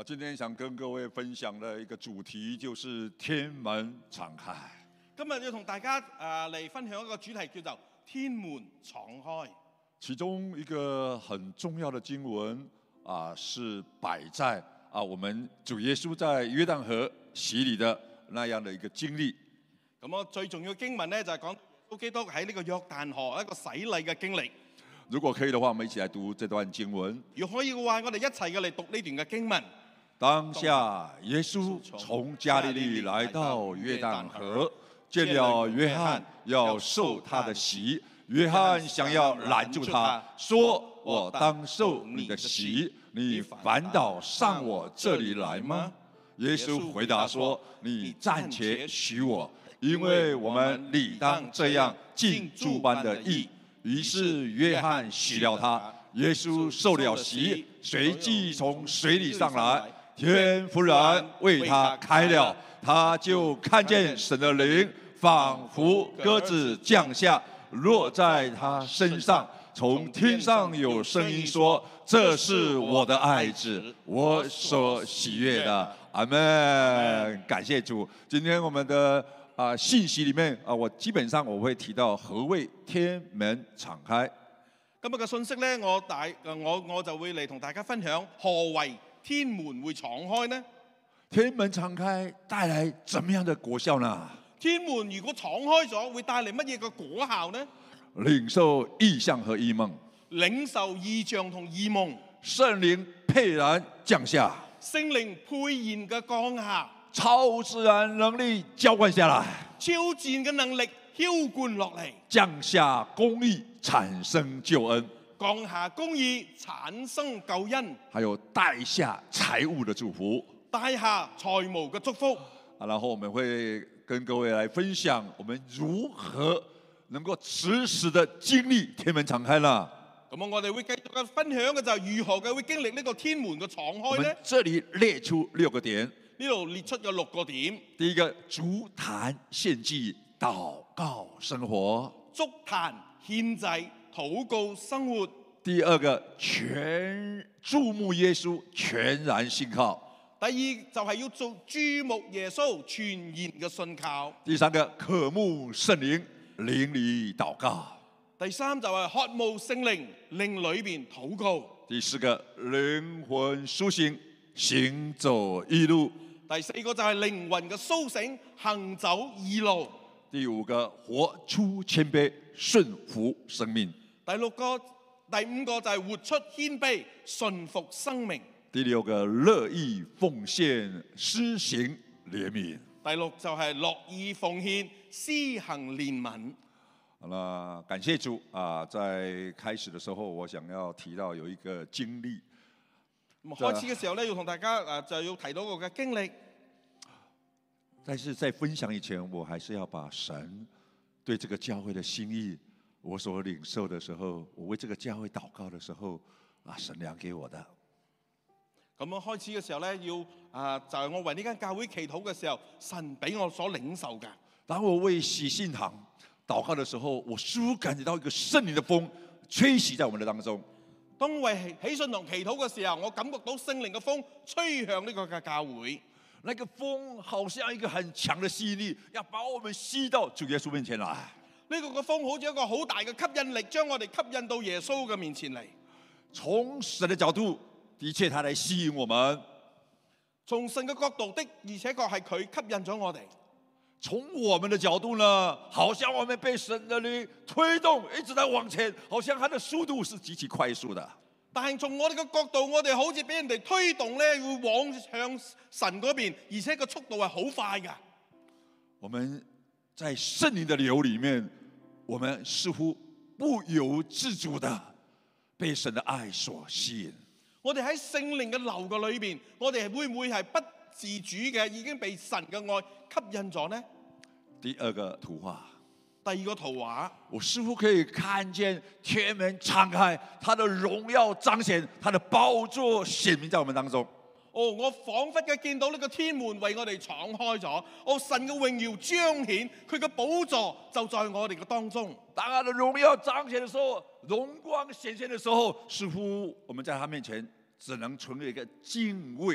今天想跟各位分享的一个主题就是天门敞开。 今日要同大家嚟分享一個主題，叫做天門敞開。 其中一個很重要的經文是擺在我們主耶穌在約旦河洗禮的那樣的一個經歷。 咁我最重要嘅經文呢，就係講耶穌基督喺呢個約旦河一個洗禮嘅經歷。 如果可以的話，我們一起來讀這段經文。 如果可以嘅話，我哋一齊嘅嚟讀呢段嘅經文。 當下耶穌從加利利來到約旦河，見了約翰要受他的洗，約翰想要攔住他，說：我當受你的洗，你反倒上我這裡來嗎？耶穌回答說：你暫且許我，因為我們理當這樣盡諸般的義。於是約翰許了他，耶穌受了洗，隨即從水裡上來，天忽然為他開了，他就看見神的靈仿佛鴿子降下，落在他身上。從天上有聲音說：這是我的愛子，我所喜悅的。阿們。感謝主。今天我們的信息裡面我基本上我會提到何謂天門敞開。 今日嘅信息呢，我就會嚟同大家分享何謂天門會敞開呢？ 天門敞開帶來怎麼樣的果效呢？ 天門如果敞開咗，會帶嚟乜嘢嘅果效呢？ 領受異象和異夢， 領受異象同異夢， 聖靈沛然降下， 聖靈沛然嘅降下， 超自然能力澆灌下來， 超自然嘅能力澆灌落嚟， 降下公義產生救恩， 降下公義產生救恩， 還有帶下財物的祝福， 帶下財務嘅祝福。 然後我們會跟各位來分享我們如何能夠實時的經歷天門敞開啦。 咁我哋會繼續嘅分享嘅就係如何嘅會經歷呢個天門嘅敞開呢？ 我們這裡列出6個點， 呢度列出有6個點。 第一個，築壇獻祭禱告生活； 築壇獻祭禱告生活。 第二個，全注目耶穌，全然信靠； 第二就係要做注目耶穌，全然嘅信靠。 第三個，渴慕聖靈，靈裡禱告； 第三就係渴慕聖靈，靈裏邊禱告。 第四個，靈魂甦醒，行走義路； 第四個就係靈魂嘅甦醒，行走義路。 第五個，活出謙卑，順服生命； 第五個就係活出謙卑，順服生命。 第六個，樂意奉獻，施行憐憫； 第六就係樂意奉獻，施行憐憫。 好了，感謝主在開始的時候，我想要提到有一個經歷。 開始嘅時候呢，要同大家就要提到我嘅經歷。 但是在分享以前，我還是要把神對這個教會的心意，我所領受的時候，我為這個教會禱告的時候，神量給我的。 咁樣開始嘅時候呢，要就係我為呢間教會祈禱嘅時候，神俾我所領受嘅。 當我為喜信堂禱告的時候，我似乎感覺到一個聖靈的風吹襲在我們的當中。 當我為喜信堂祈禱嘅時候，我感覺到聖靈嘅風吹向呢個嘅教會。 那個風好像一個很強的吸引力，要把我們吸到主耶穌面前來。 呢個嘅風好似一個好大嘅吸引力，將我哋吸引到耶穌嘅面前嚟。 從神的角度，的確他來吸引我們。 從神嘅角度的，而且確係佢吸引咗我哋。 從我們的角度呢，好像我們被神的靈推動，一直在往前，好像它的速度是極其快速的。 但係從我哋嘅角度，我哋好似俾人哋推動咧，會往向神嗰邊，而且個速度係好快㗎。 我們在聖靈的流裡面，我們似乎不由自主的被神的愛所吸引。 我哋喺聖靈嘅流嘅裏邊，我哋會唔會係不自主嘅已經被神嘅愛吸引咗呢？ 第二個圖畫。 第二個圖畫， 我似乎可以看見天門敞開，他的榮耀彰顯，他的寶座顯明在我們當中。 我彷彿嘅見到呢個天門為我哋敞開咗，神嘅榮耀彰顯，佢嘅寶座就在我哋嘅當中。 當他的榮耀彰顯的時候，榮光顯現的時候，似乎我們在他面前只能存有一個敬畏、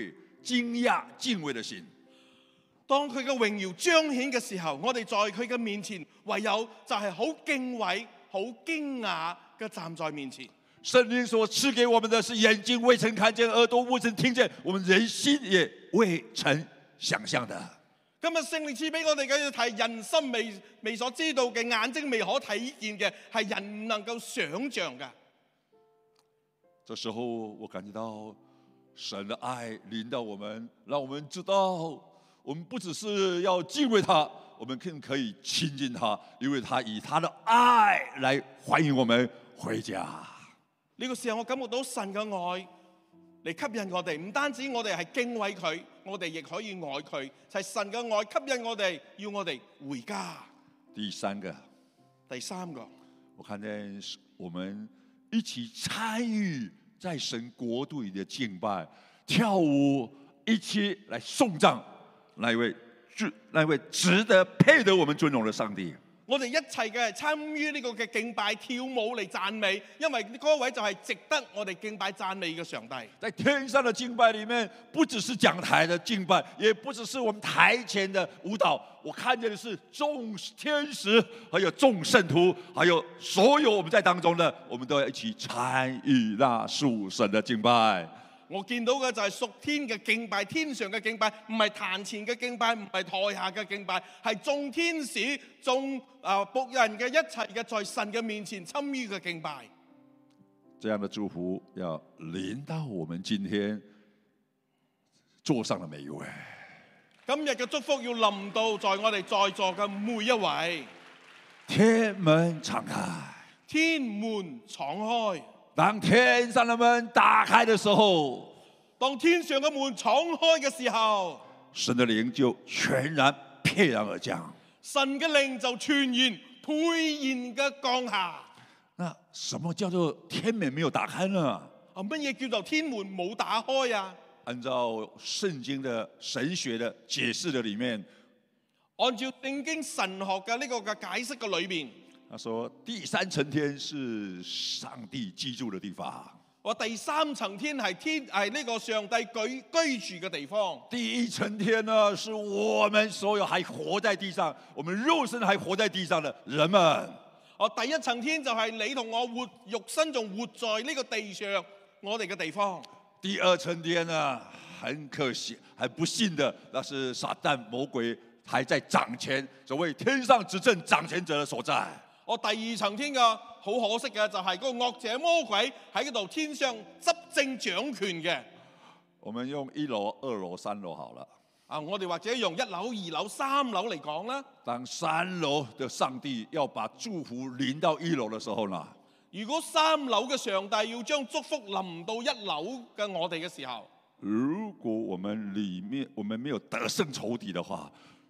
惊讶敬畏的心。 當佢嘅榮耀彰顯嘅時候，我哋在佢嘅面前，唯有就係好敬畏、好驚訝嘅站在面前。 聖靈所賜給我們的是眼睛未曾看見，耳朵未曾聽見，我們人心也未曾想象的。 今日聖靈賜俾我哋嘅係人心未所知道嘅，眼睛未可睇見嘅，係人唔能夠想像嘅。 這時候我感覺到神的愛臨到我們，讓我們知道，我們不只是要敬畏他，我們更可以親近他，因為他以他的愛來歡迎我們回家。 呢個時候我感覺到神嘅愛嚟吸引我哋，唔單止我哋係敬畏佢，我哋亦可以愛佢，就係神嘅愛吸引我哋，要我哋回家。 第三個， 我看見我們一起參與在神國度裏的敬拜、跳舞，一起來頌讚那位值得配得我們尊榮的上帝。 我哋一齊嘅參與呢個嘅敬拜跳舞嚟讚美，因為嗰位就係值得我哋敬拜讚美嘅上帝。 在天上的敬拜裏面，不只是講台的敬拜，也不只是我們台前的舞蹈，我看見的是眾天使，還有眾聖徒，還有所有我們在當中的，我們都要一起參與那屬神的敬拜。 我見到嘅就係屬天嘅敬拜，天上嘅敬拜，唔係壇前嘅敬拜，唔係台下嘅敬拜，係眾天使、眾僕人嘅一齊嘅在神嘅面前參與嘅敬拜。 這樣的祝福要臨到我們今天座上的每一位。 今日嘅祝福要臨到在我哋在座嘅每一位。 天門敞開， 天門敞開。 當天上的門打開的時候， 當天上嘅門敞開嘅時候， 神的靈就全然沛然而降。 神嘅靈就全然沛然嘅降下。 那什麼叫做天門沒有打開呢？ 乜嘢叫做天門冇打開啊？ 按照聖經的神學的解釋的裏面， 按照聖經神學嘅呢個嘅解釋嘅裏邊。 他說第三層天是上帝居住的地方。 我第三層天係呢個上帝居住嘅地方。 第一層天呢，是我們所有還活在地上，我們肉身還活在地上的人們。 第一層天就係你同我肉身仲活在呢個地上我哋嘅地方。 第二層天呢，很可惜，很不幸的，那是撒旦魔鬼還在掌權，所謂天上執政掌權者的所在。 第二層天嘅好可惜嘅就係嗰個惡者魔鬼喺嗰度天上執政掌權嘅。 我們用1樓、2樓、3樓好了。 我哋或者用1樓、2樓、3樓嚟講啦。 當3樓的上帝要把祝福臨到1樓的時候呢？ 如果3樓嘅上帝要將祝福臨到1樓嘅我哋嘅時候， 如果我們沒有得勝仇敵的話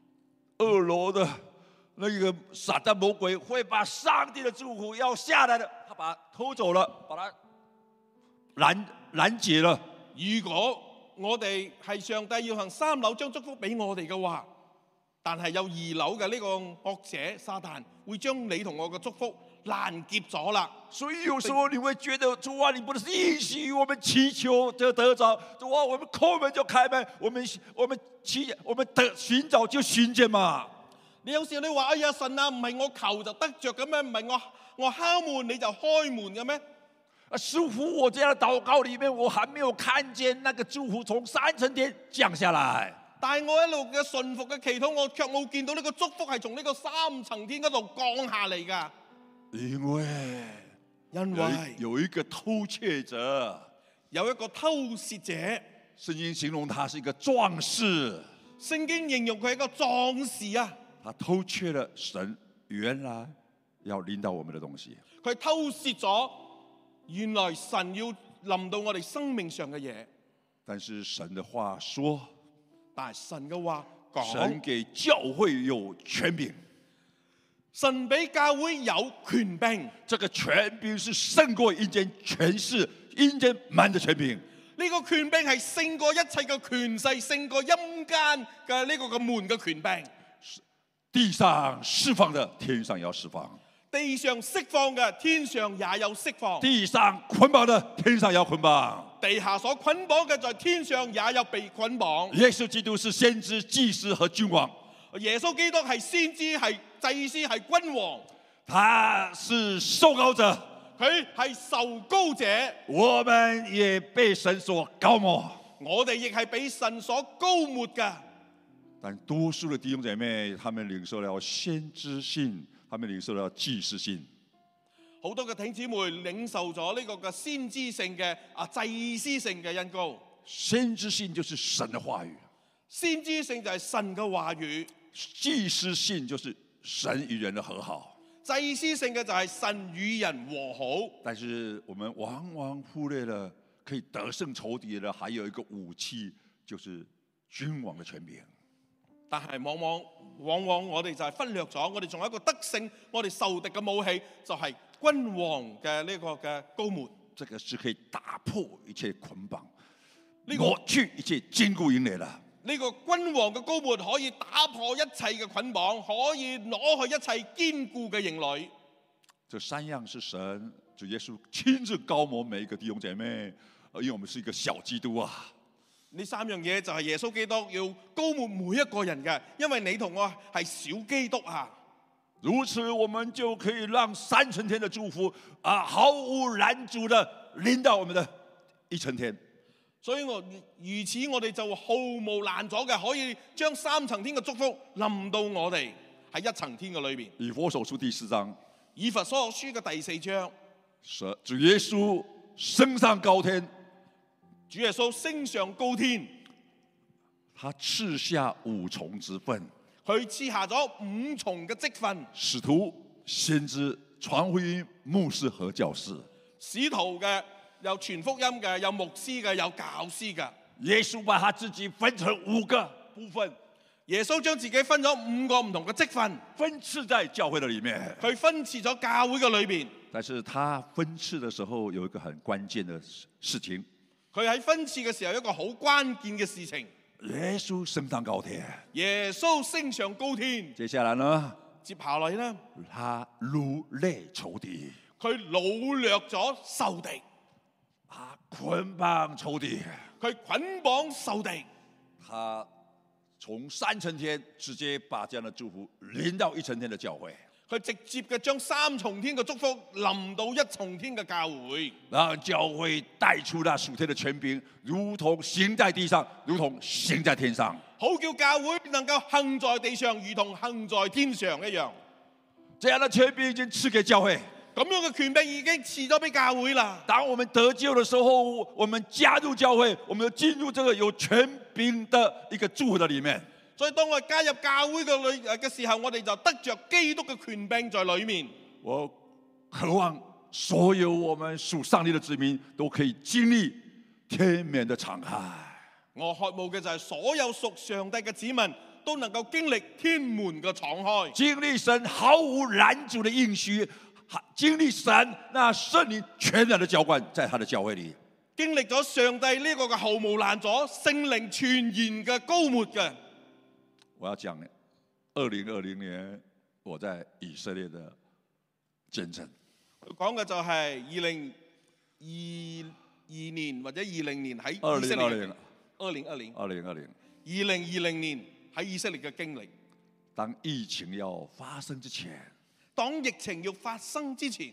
，2樓的那個撒旦魔鬼會把上帝的祝福要下來的，他把它偷走了，把它攔截了。 如果我哋係上帝要向3樓將祝福俾我哋嘅話，但係有2樓嘅呢個惡者撒旦會將你同我嘅祝福攔截咗啦。 所以有時候你會覺得主啊，你不是應許我們祈求就得着，主啊，我們叩門就開門，我們尋找就尋見嘛。 你有時候你話哎呀神啊，唔係我求就得着嘅咩？唔係我敲門你就開門嘅咩？ 師傅，我這樣的禱告裏面，我還沒有看見那個祝福從3層天降下來。 但係我一路嘅順服嘅祈禱，我卻冇見到呢個祝福係從呢個3層天嗰度降下嚟㗎。 因為有一個偷竊者， 有一個偷竊者。 聖經形容他是一個壯士。 聖經形容佢係一個壯士啊。 他偷竊了神原來要臨到我們的東西。 佢偷竊咗原來神要臨到我哋生命上嘅嘢。 但是神的話說， 但係神嘅話講， 神給教會有權柄， 神俾教會有權柄。 這個權柄是勝過陰間權勢、陰間門的權柄。 呢個權柄係勝過一切嘅權勢，勝過陰間嘅呢個嘅門嘅權柄。 地上釋放的，天上也要釋放； 地上釋放嘅，天上也有釋放； 地上捆綁的，天上也要捆綁。 地下所捆綁嘅，在天上也有被捆綁。 耶穌基督是先知、祭司和君王， 耶穌基督係先知、係祭司、係君王， 他是受膏者， 佢係受膏者。 我們也被神所膏抹。 我哋亦係俾神所膏抹嘅。 但多數的弟兄姐妹，他們領受了先知性，他們領受了祭司性。 好多嘅弟兄姊妹領受咗呢個嘅先知性嘅祭司性嘅恩膏。 先知性就是神的話語， 先知性就係神嘅話語， 祭司性就是神與人的和好。 祭司性嘅就係神與人和好。 但是我們往往忽略了可以得勝仇敵的，還有一個武器，就是君王的權柄。 但係往往我哋就係忽略咗，我哋仲有一個得勝我哋受敵嘅武器，就係君王嘅呢個嘅膏抹。 這個是可以打破一切捆綁，抹去一切堅固營壘啦。 呢個君王嘅膏抹可以打破一切嘅捆綁，可以攞去一切堅固嘅營壘。 這三樣是神主耶穌親自膏抹每一個弟兄姐妹，因為我們是一個小基督啊。 呢三樣嘢就係耶穌基督要膏抹每一個人嘅，因為你同我係小基督啊。 如此，我們就可以讓三層天的祝福毫無攔阻的臨到我們的一層天。 所以如此我哋就毫無攔阻嘅，可以將三層天嘅祝福臨到我哋喺一層天嘅裏邊。 以弗所書第4章， 以弗所書嘅第4章， 主耶穌升上高天， 主耶穌升上高天， 他賜下5重職分， 佢賜下咗5重嘅職分： 使徒、先知、傳福音、牧師和教師。 使徒嘅，有傳福音嘅，有牧師嘅，有教師嘅。 耶穌把他自己分成5個部分， 耶穌將自己分咗5個唔同嘅職分， 分賜在教會的裡面。 佢分賜咗教會嘅裏邊。 但是他分賜的時候有一個很關鍵的事情， 佢喺分賜嘅時候有一個好關鍵嘅事情。 耶穌升上高天， 耶穌升上高天。 接下來呢？ 接下來呢？ 他擄掠仇敵， 佢擄掠咗仇敵， 他捆綁仇敵， 佢捆綁仇敵。 他從3層天直接把這樣的祝福臨到1層天的教會。 佢直接嘅將3重天嘅祝福臨到1重天嘅教會， 讓教會帶出那屬天的權柄，如同行在地上，如同行在天上。 好叫教會能夠行在地上，如同行在天上一樣。 這樣的權柄已經賜給教會， 咁樣嘅權柄已經賜咗俾教會啦。 當我們得救的時候，我們加入教會，我們就進入這個有權柄的一個祝福的裡面。 所以當我哋加入教會嘅時候，我哋就得着基督嘅權柄在裡面。 我渴望所有我們屬上帝的子民都可以經歷天門的敞開。 我渴慕嘅就係所有屬上帝嘅子民都能夠經歷天門嘅敞開， 經歷神毫無攔阻的應許，經歷神那聖靈全然的澆灌在他的教會裡， 經歷咗上帝呢個嘅毫無攔阻、聖靈全然嘅膏抹嘅。 我要講2020年我在以色列的見證。 講嘅就係2022年或者20年喺以色列2020年喺以色列嘅經歷。 當疫情要發生之前， 當疫情要發生之前，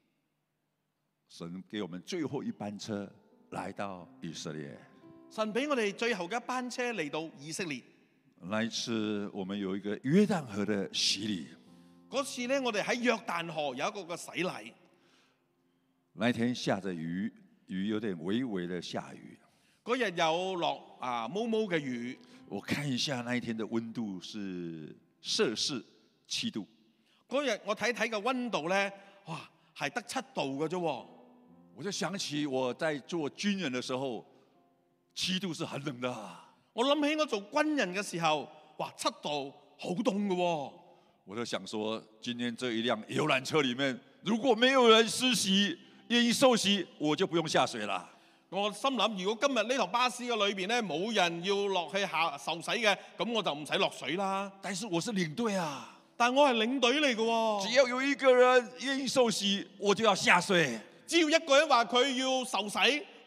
神給我們最後一班車來到以色列。 神俾我哋最後嘅一班車嚟到以色列。 那一次，我們有一個約旦河的洗禮。 嗰次呢，我哋喺約旦河有一個嘅洗禮。 那一天下着雨，雨有點微微的下雨。 嗰日有落毛毛嘅雨。 我看一下那一天的溫度是攝氏7度。 嗰日我睇嘅溫度呢，哇，係得7度嘅啫。 我就想起我在做軍人的時候，7度是很冷的。 我諗起我做軍人嘅時候，哇，7度好凍嘅喎。 我就想說，今天這一輛遊覽車裡面，如果沒有人施洗，願意受洗，我就不用下水啦。 我心諗，如果今日呢趟巴士嘅裏邊咧冇人要落去受洗嘅，咁我就唔使落水啦。 但是我是領隊啊， 但我係領隊嚟嘅喎。 只要有一個人願意受洗，我就要下水。 只要一個人話佢要受洗，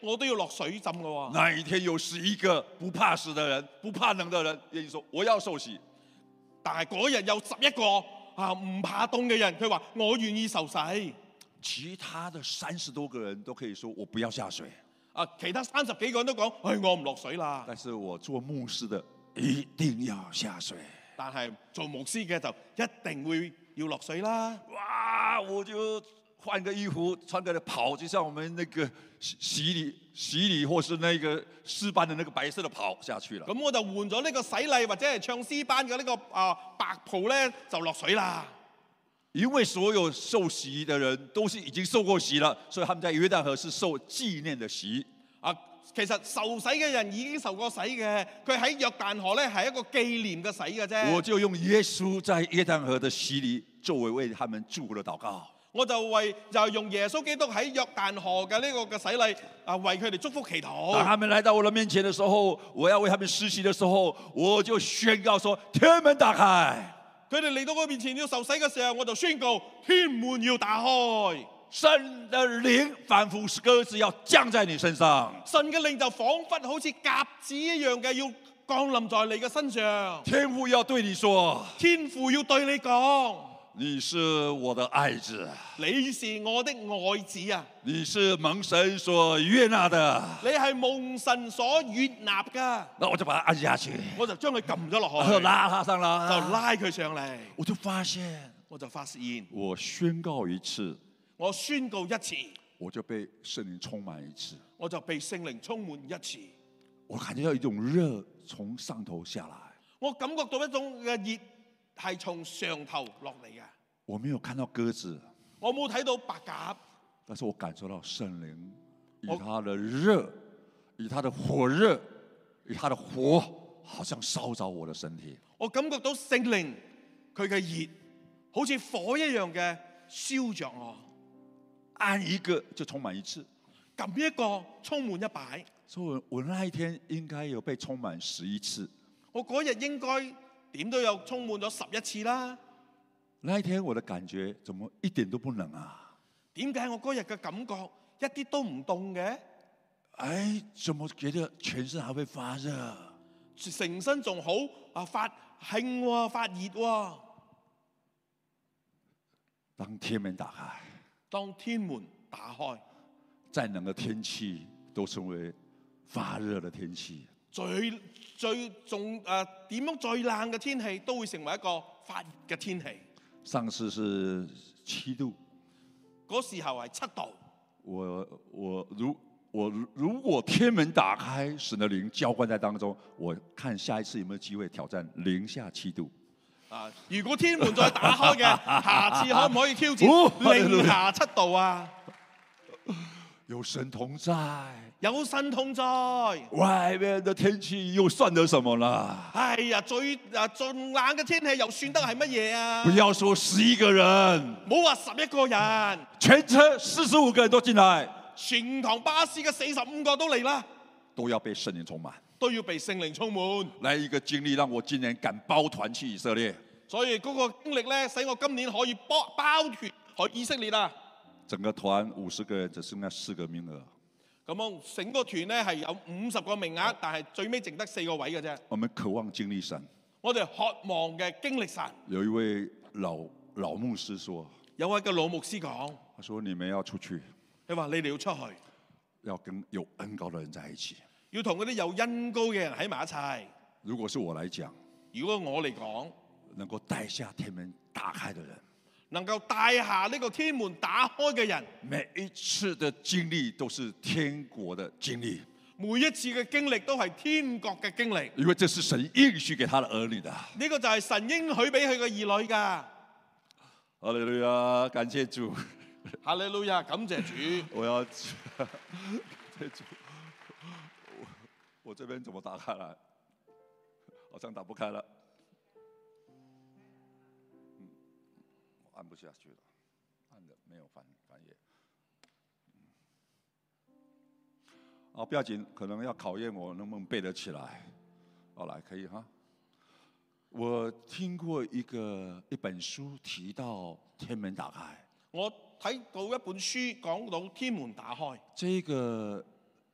我都要落水浸噶喎。 那一天有11个不怕死的人、不怕冷的人，愿意说我要受洗。 但係嗰日有11個唔怕凍嘅人，佢話我願意受洗。 其他的30多个人都可以说我不要下水。 其他30幾個人都講，我唔落水啦。 但是我做牧师的一定要下水。 但係做牧師嘅就一定會要落水啦。 哇！我就换个衣服，穿个袍，就像我们那个洗礼或是那个诗班的那个白色的袍下去了。 咁我就換咗呢個洗禮或者係唱詩班嘅呢個白袍咧，就落水啦。 因为所有受洗的人都是已经受过洗了，所以他们在约旦河是受纪念的洗。 其實受洗嘅人已經受過洗嘅，佢喺約旦河咧係一個紀念嘅洗嘅啫。 我就用耶穌在約旦河的洗禮作為為他們祝福的禱告。 我就用耶穌基督喺約旦河嘅呢個嘅洗禮為佢哋祝福祈禱。 當他們來到我的面前的時候，我要為他們施洗的時候，我就宣告說：天門打開。 佢哋嚟到我面前要受洗嘅時候，我就宣告天門要打開。 神的靈仿佛是鴿子要降在你身上， 神嘅靈就彷彿好似鴿子一樣嘅要降臨在你嘅身上。 天父要對你說， 天父要對你講， 你是我的愛子， 你是我的愛子啊！ 你是蒙神所悅納的， 你係蒙神所悅納噶。 那我就把它按下去， 我就將佢撳咗落然後去， 拉他上來， 就拉佢上嚟。 我就發現， 我就發現， 我宣告一次， 我宣告一次， 我就被聖靈充滿一次， 我就被聖靈充滿一次。 我感覺到一種熱從上頭下來， 我感覺到一種嘅熱係從上頭落嚟嘅。 我沒有看到鴿子， 我冇睇到白鴿， 但是我感受到聖靈以他的熱，以他的火熱，以他的火，好像燒着我的身體。 我感覺到聖靈佢嘅熱，好似火一樣嘅燒着我。 按一個就充滿一次， 撳一個充滿一擺。 所以我那一天應該有被充滿11次。 我嗰日應該點都有充滿咗11次啦。 那一天我的感覺怎麼一點都不冷啊？ 點解我嗰日嘅感覺一啲都唔凍嘅？ 哎，怎麼覺得全身還會發熱？ 成身仲好發興喎，發熱喎。 當天門打開， 當天門打開， 再冷的天氣都成為發熱的天氣。 最仲點樣最冷嘅天氣都會成為一個發熱嘅天氣。 上次是7度， 嗰時候係7度。 我如果天門打開，神的靈澆灌在當中，我看下一次有沒有機會挑戰零下7度。 如果天門再打開嘅，下次可唔可以挑戰零下7度啊？ 有神同在， 有神同在。 外面的天氣又算得什麼呢？ 哎呀，最冷嘅天氣又算得係乜嘢啊？ 不要說11個人， 唔好話11個人， 全車45個人都進來， 全堂巴士嘅45個都嚟啦， 都要被聖靈充滿， 都要被聖靈充滿。 來一個經歷，讓我今年敢包團去以色列。 所以嗰個經歷咧，使我今年可以包團去以色列啊！ 整個團50個人，只剩下4個名額。 咁樣整個團咧係有50個名額，但係最尾剩得4個位嘅啫。 我們渴望經歷神， 我哋渴望嘅經歷神。 有一位老牧師說， 有位嘅老牧師講， 他說你們要出去， 佢話你哋要出去， 要跟有恩膏的人在一起。 要同嗰啲有恩膏嘅人喺埋一齊。 如果是我來講， 如果我嚟講， 能夠帶下天門打開的人， 能夠帶下呢個天門打開嘅人， 每一次的經歷都是天國的經歷， 每一次嘅經歷都係天國嘅經歷， 因為這是神應許給他的兒女的。 呢個就係神應許俾佢嘅兒女㗎。 哈利路亞，感謝主， 哈利路亞，感謝主。 我要，感謝主，我這邊怎麼打開來？好像打不開了。按不下去了，按的沒有翻頁。不要緊，可能要考驗我能不能背得起來。好，來可以哈。我聽過一本書提到天門打開。 我睇到一本書講到天門打開。 這個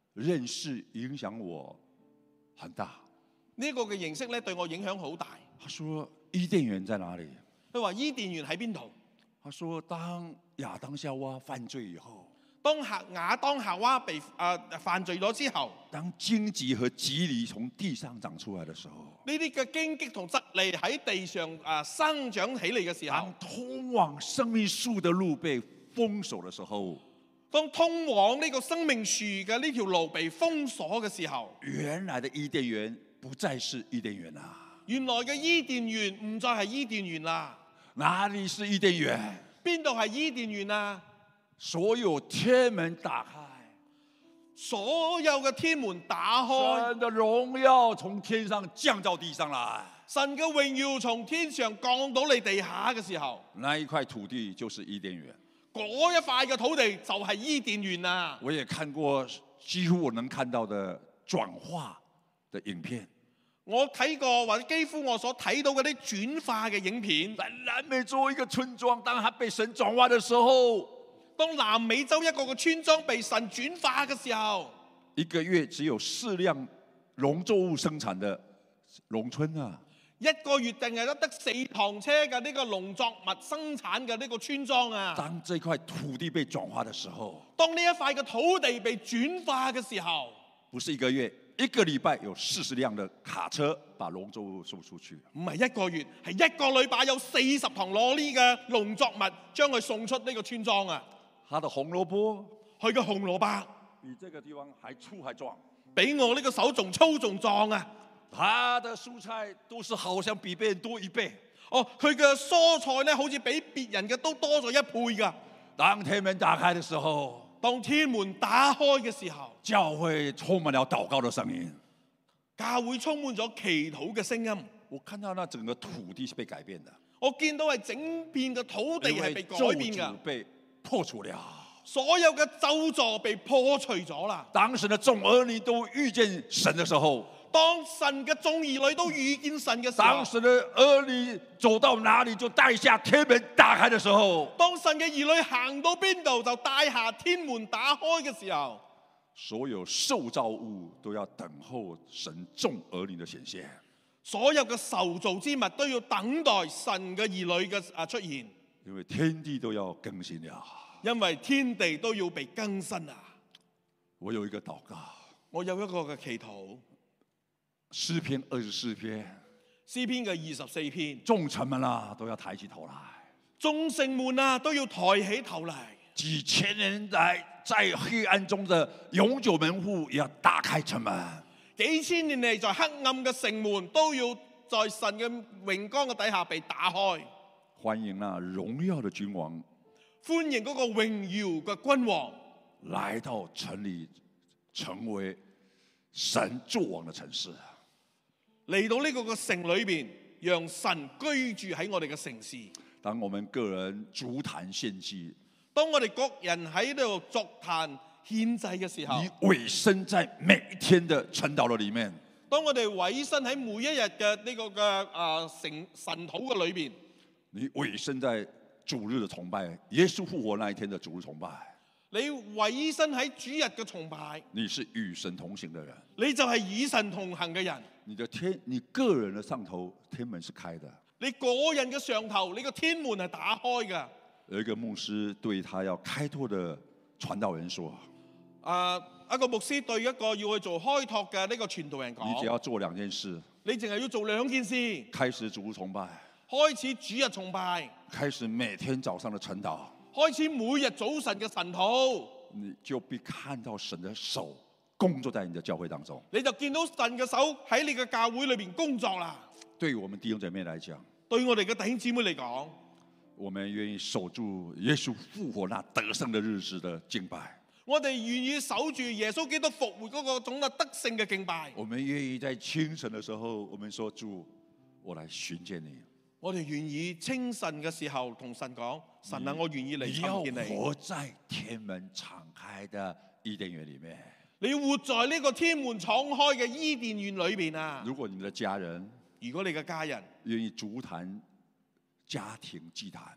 认識影響我很大。 呢個嘅認識咧對我影響好大。 他說伊甸園在哪裡？ 佢話伊甸園喺邊度？ 他說當亞當夏娃犯罪以後， 當亞當夏娃被犯罪咗之後， 當荊棘和蒺藜從地上長出來的時候， 呢啲嘅荊棘同蒺藜喺地上生長起嚟嘅時候， 當通往生命樹的路被封鎖的時候， 當通往呢個生命樹嘅呢條路被封鎖嘅時候， 原來的伊甸園不再是伊甸園啦。 原來嘅伊甸園唔再係伊甸園啦。 哪裡是伊甸園？ 邊度係伊甸園啊？ 所有天門打開， 所有嘅天門打開， 神的榮耀從天上降到地上來。 神嘅榮耀從天上降到你地下嘅時候， 那一塊土地就是伊甸園。 嗰一塊嘅土地就係伊甸園啊！ 我也看過幾乎我能看到的轉化的影片。 我睇過或者幾乎我所睇到嗰啲轉化嘅影片。 在南美洲一個村莊，當它被神轉化的時候， 當南美洲一個嘅村莊被神轉化嘅時候， 一個月只有4輛農作物生產的農村啊， 一個月淨係得4趟車嘅呢個農作物生產嘅呢個村莊啊。 當這塊土地被轉化的時候， 當呢一塊嘅土地被轉化嘅時候， 不是一個月，1個禮拜有40輛的卡車把農作物送出去。 唔係一個月，係一個禮拜有40趟攞呢嘅農作物將佢送出呢個村莊啊。 它的紅蘿蔔， 佢嘅紅蘿蔔比這個地方還粗還壯， 比我呢個手仲粗仲壯啊！ 它的蔬菜都是好像比別人多1倍。 哦，佢嘅蔬菜咧，好似比別人嘅都多咗1倍噶。 當天門打開的時候， 當天門打開嘅時候， 教會充滿了禱告的聲音， 教會充滿咗祈禱嘅聲音。 我看到那整個土地是被改變的， 我見到係整片嘅土地係被改變㗎， 被破除了， 所有嘅咒詛被破除咗啦。 當神的眾兒女都遇見神的時候， 當神嘅眾兒女都遇見神嘅時候， 當神的兒女走到哪裡就帶下天門打開的時候， 當神嘅兒女行到邊度就帶下天門打開嘅時候， 所有受造物都要等候神眾兒女的顯現， 所有嘅受造之物都要等待神嘅兒女嘅出現， 因為天地都要更新了， 因為天地都要被更新啊！ 我有一個禱告， 我有一個嘅祈禱， 詩篇24篇， 詩篇嘅24篇， 眾城們啊都要抬起頭來， 眾城門啊都要抬起頭嚟， 幾千年來在黑暗中的永久門戶也要打開城門， 幾千年嚟在黑暗嘅城門都要在神嘅榮光嘅底下被打開， 歡迎那榮耀的君王歡迎嗰個榮耀嘅君王來到城裡，成為神作王的城市。 嚟到呢個城裏邊，讓神居住喺我哋嘅城市。 當我們個人築壇獻祭， 當我哋各人喺度築壇獻祭嘅時候， 你委身在每一天的晨禱的裡面， 當我哋委身喺每一日嘅呢個嘅神禱嘅裏邊， 你委身在主日的崇拜，耶穌復活那一天的主日崇拜， 你委身喺主日嘅崇拜， 你是與神同行的人， 你就係與神同行嘅人。 你個人的上頭天門是開的。 你個人嘅上頭，你個天門係打開嘅。 有一個牧師對他要開拓的傳道人說： 一個牧師對一個要去做開拓嘅呢個傳道人講： 你只要做2件事， 你淨係要做2件事。 開始主日崇拜， 開始主日崇拜， 開始每天早上的晨禱， 開始每日早晨嘅晨禱， 你就必看到神的手工作在你的教會當中。 你就見到神嘅手喺你嘅教會裏邊工作啦。 對我們弟兄姐妹來講， 對我哋嘅弟兄姊妹嚟講， 我們願意守住耶穌復活那得勝的日子的敬拜。 我哋願意守住耶穌基督復活嗰個種嘅得勝嘅敬拜。 我們願意在清晨的時候，我們說主，我來尋見你。 我哋願意清晨嘅時候同神講：神啊，我願意嚟尋見你。 你要活在天門敞開的伊甸園裡面。 你活在呢個天門敞開嘅伊甸園裏邊啊！ 如果你的家人， 如果你嘅家人願意築壇家庭祭壇，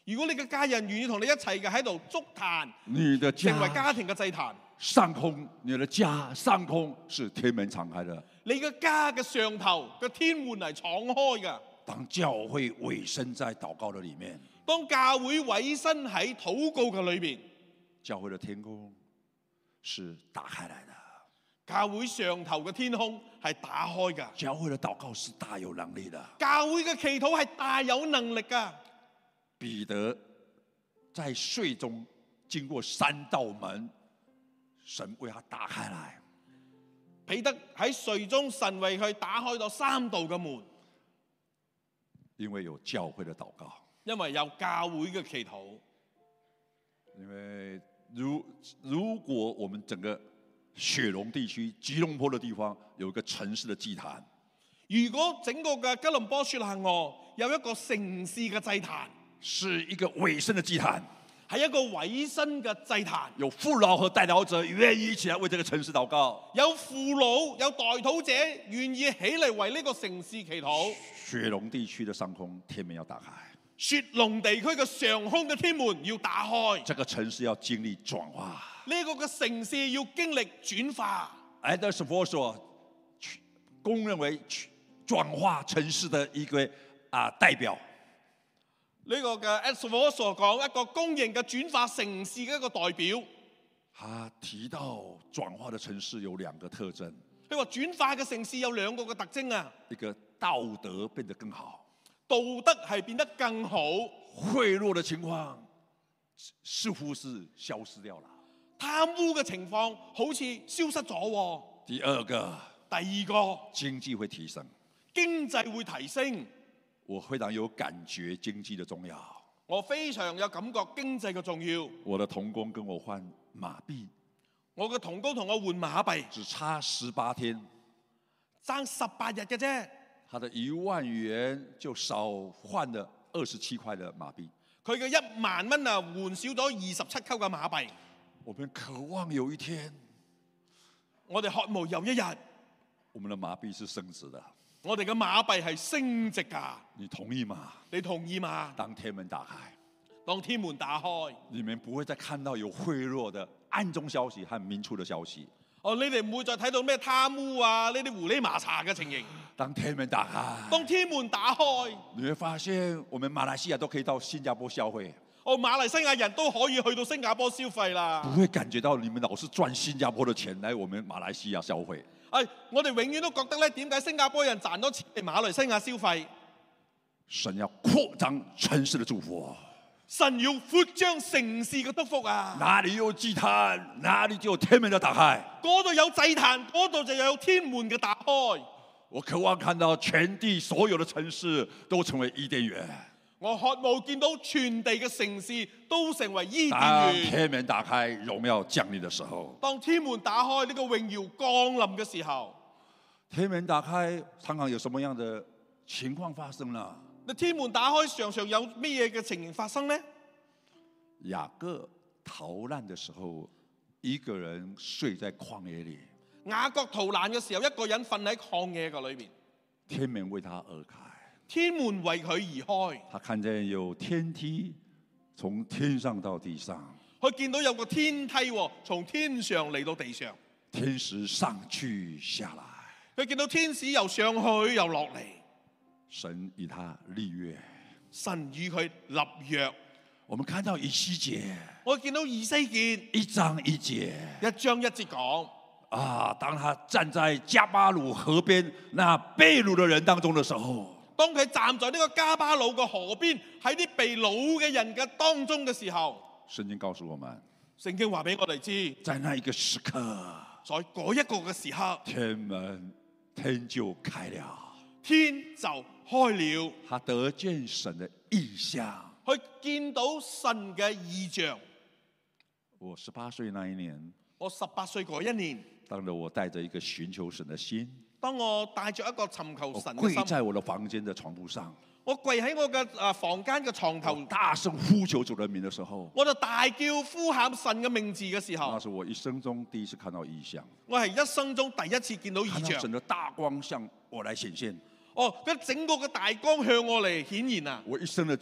如果你嘅家人願意同你一齊嘅喺度築壇， 你的成為家家庭嘅祭壇。 上空，你的家上空是天門敞開的。 你嘅家嘅上頭嘅天門係敞開嘅。 當教會委身在禱告的裡面， 當教會委身喺禱告嘅裏邊， 教會的天空是打開來的。 教會上頭嘅天空係打開㗎。 教會的禱告是大有能力的。 教會嘅祈禱係大有能力㗎。 彼得在水中經過3道門，神為他打開來。 彼得喺水中，神為佢打開咗3道嘅門， 因為有教會的禱告， 因為有教會嘅祈禱。 因為如果我們整個雪隆地區吉隆坡的地方有一個城市的祭壇， 如果整個嘅吉隆坡雪蘭莪有一個城市嘅祭壇， 是一個委身的祭壇， 係一個委身嘅祭壇， 有父老和代禱者願意一起來為這個城市禱告， 有父老有代禱者願意起嚟為呢個城市祈禱。 雪隆地區的上空天門要打開， 雪隆地區嘅上空嘅天門要打開， 這個城市要經歷轉化。 呢個嘅城市要經歷轉化。 艾德斯佛所公認為轉化城市的一個代表。 呢個嘅 Expo 所講一個公認嘅轉化城市嘅一個代表。 他提到轉化的城市有2個特徵。 佢話轉化嘅城市有2個嘅特徵啊。 一個道德變得更好， 道德係變得更好， 賄賂的情況似乎是消失掉了。 貪污嘅情況好似消失咗。 第2個， 經濟會提升， 經濟會提升。 我非常有感覺經濟的重要， 我非常有感覺經濟嘅重要。 我的同工跟我換馬幣， 我嘅同工同我換馬幣， 只差18天， 爭18日嘅啫。 他的1萬元就少換了27塊的馬幣。 佢嘅1萬蚊啊，換少咗27溝嘅馬幣。 我們渴望有一天， 我哋渴望有一日， 我們的馬幣是升值的。 我哋嘅馬幣係升值㗎。 你同意嗎？ 你同意嗎？ 當天門打開， 當天門打開， 你們不會再看到有賄賂的暗中消息和明處的消息。 哦，你哋唔會再睇到咩貪污啊呢啲糊裏麻茶嘅情形。 當天門打開， 當天門打開， 你會發現我們馬來西亞都可以到新加坡消費。 哦，馬來西亞人都可以去到新加坡消費啦。 不會感覺到你們老是賺新加坡的錢來我們馬來西亞消費。 我哋永遠都覺得咧，點解新加坡人賺咗錢嚟馬來西亞消費？ 神要擴張城市的祝福， 神要擴張城市嘅祝福啊！ 哪裡有祭壇，哪裡就有天門的打開。 嗰度有祭壇，嗰度就有天門嘅打開。 我渴望看到全地所有的城市都成為伊甸園。 我渴望見到全地嘅城市都成為伊甸當園。 天門打開，榮耀降臨的時候， 當天門打開，呢個榮耀降臨嘅時候， 天門打開，常常有什麼樣的情況發生呢？ 那天門打開，常常有咩嘢嘅情形發生呢？ 雅各逃難的時候，一個人睡在曠野裡。 雅各逃難嘅時候，一個人瞓喺曠野嘅裏面， 天門為他而開。 天門為佢而開， 他看見有天梯從天上到地上， 佢見到有個天梯從天上嚟到地上， 天使上去下來， 佢見到天使又上去又落嚟， 神與他立約， 神與佢立約。 我們看到以西結， 我見到以西結一章一節， 一章一節講當他站在加巴魯河邊那被擄的人當中的時候， 當佢站在呢個加巴魯嘅河邊，喺啲被擄嘅人嘅當中嘅時候， 聖經告訴我們， 聖經話俾我哋知， 在那一個時刻， 在嗰一個嘅時刻， 天就開了， 天就開了， 他得見神的異象， 佢見到神嘅異象。 我18歲那一年， 我18歲嗰一年， 當着我帶着一個尋求神的心， 當我帶着一個尋求神嘅跪心， 在我的房間的床鋪上， 我跪喺我嘅房間嘅床頭， 大聲呼求主的名的時候， 我就大叫呼喊神嘅名字嘅時候， 那是我一生中第一次看到異象， 我係一生中第一次見到異象。 看到神的大光向我來顯現。 哦，咁整個嘅大光向我嚟顯現啊！ 我一生的罪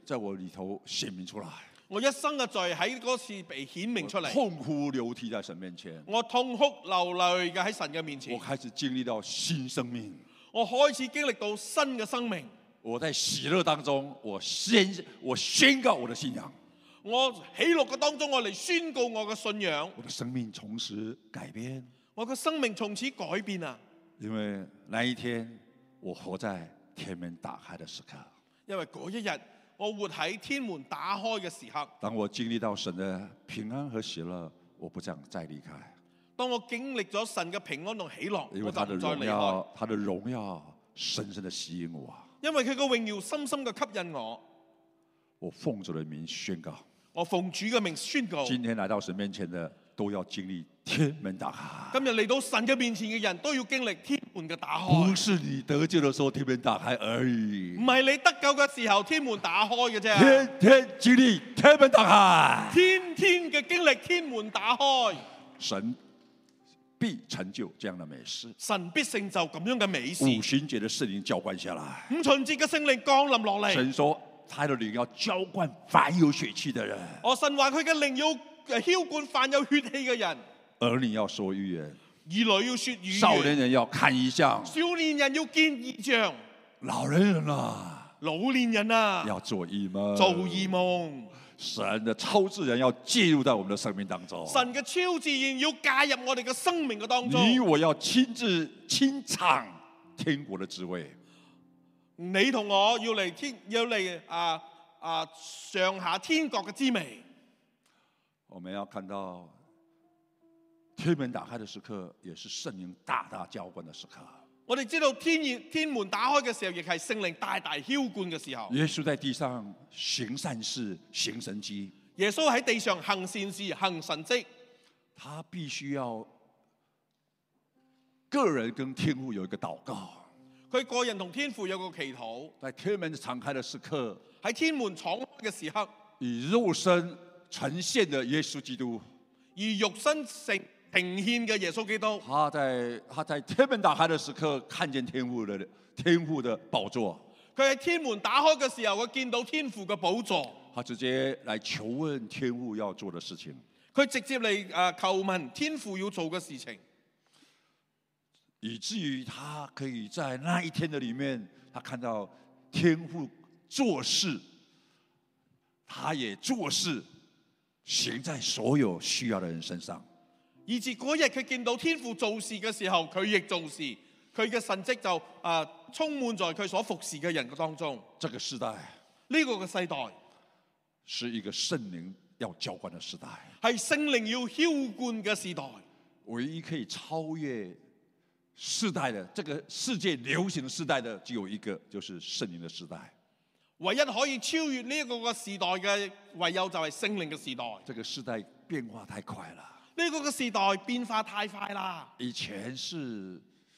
在我里头显明出来， 我一生嘅罪喺嗰次被顯明出嚟， 痛哭流涕在神面前， 我痛哭流淚嘅喺神嘅面前我，開始經歷到新生命。 我開始經歷到新嘅生命。 我在喜樂當中，我宣告我的信仰， 我喜樂嘅當中，我嚟宣告我嘅信仰， 我的生命從此改變。 我嘅生命從此改變啊！ 因為那一天，我活在天門打開的時刻。 因為嗰一日，我活喺天門打開嘅時刻。 當我經歷到神的平安和喜樂，我不想再離開。 當我經歷咗神嘅平安同喜樂， 因為他的榮耀，他的榮耀深深的吸引我。 因為佢嘅榮耀深深嘅吸引我。 我奉主的名宣告， 我奉主嘅名宣告， 今天來到神面前的都要經歷天門打開。 今日嚟到神嘅面前嘅人都要經歷天門嘅打開。 不是你得救的時候天門打開而已， 唔係你得救嘅時候天門打開嘅啫， 天天經歷天門打開， 天天嘅經歷天門打開， 神必成就這樣的美事， 神必成就咁樣嘅美事。 五旬節的聖靈澆灌下來， 五旬節嘅聖靈降臨落嚟。 神說他的靈要澆灌凡有血氣的人， 我神話佢嘅靈要澆灌凡有血氣嘅人， 兒女要說預言， 兒女要說預少言， 年人要看異象， 少年人要見異象， 老人啊老年人啊要做異夢， 做異夢。 神的超自然要介入到我們的生命當中， 神嘅超自然要介入我哋嘅生命嘅當中。 你我要親自親嘗天國的滋味。 你同我要嚟嘗下天國嘅滋味。 我們要看到天門打開的時刻，也是聖靈大大澆灌的時刻。 我哋知道天門打開嘅時候，亦係聖靈大大澆灌嘅時候。 耶穌在地上行善事、行神蹟。 耶穌喺地上行善事、行神蹟。 他必須要個人跟天父有一個禱告。 佢個人同天父有個祈禱。 在天門敞開的時刻， 喺天門敞開嘅時刻， 以肉身呈現的耶穌基督， 以肉身呈現嘅耶穌基督。 他在天門打開的時刻，看見天父的寶座。 佢喺天門打開嘅時候，佢見到天父嘅寶座。 他直接來求問天父要做的事情。 佢直接嚟求問天父要做嘅事情， 以至於他可以在那一天的裡面，他看到天父做事，他也做事，行在所有需要的人身上。 以至嗰日佢見到天父做事嘅時候，佢亦做事，佢嘅神蹟就充滿在佢所服侍嘅人嘅當中。 這個時代， 呢個嘅世代是一個聖靈要澆灌的時代， 係聖靈要澆灌嘅時代。 唯一可以超越世代的，這個世界流行的世代的，只有一個，就是聖靈的時代。 唯一可以超越呢一個時代嘅，唯有就係聖靈嘅時代。 這個時代變化太快了， 呢個嘅時代變化太快啦。 以前是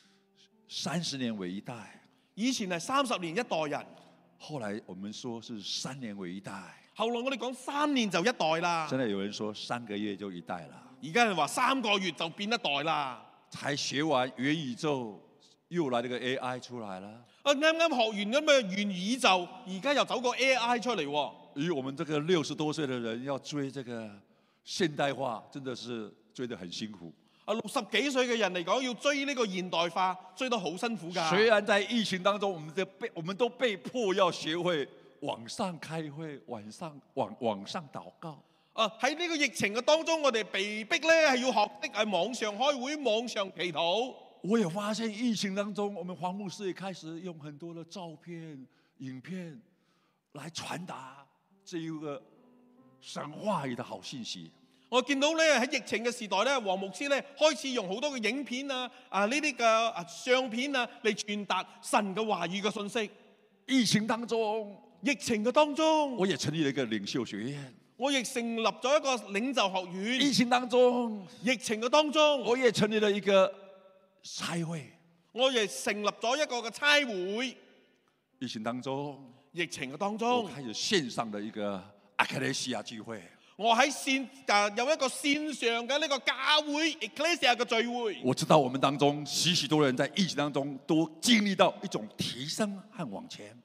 30年為一代， 以前係30年一代人， 後來我們說是3年為一代， 後來我哋講3年就一代啦。 現在有人說3個月就一代了， 而家係話3個月就變一代啦。 才學完元宇宙，又來這個 AI 出來了。 啱啱學完咁嘅元宇宙，而家又走個 AI 出嚟喎。 與我們這個60多歲的人要追這個現代化，真的是追得很辛苦。 60幾歲嘅人嚟講，要追呢個現代化，追得好辛苦㗎。 雖然在疫情當中，我們都被迫要學會網上開會，網上禱告。 喺呢個疫情嘅當中，我哋被逼咧係要學的係網上開會、網上祈禱。 我也發現疫情當中，我們黃牧師也開始用很多的照片、影片來傳達這一個神話語的好信息。 我見到咧喺疫情嘅時代咧，黃牧師咧開始用好多嘅影片呢啲嘅相片啊嚟傳達神嘅話語嘅信息。 疫情當中，我也成立了一個領袖學院。 我亦成立咗一個領袖學院。 疫情當中， 我也成立了一個差會。 我亦成立咗一個嘅差會。 疫情當中， 我開始線上的一個亞克雷西亞聚會。 我喺有一個線上嘅呢個教會 Ecclesia 嘅聚會。 我知道我們當中許多人在疫情當中都經歷到一種提升和往前。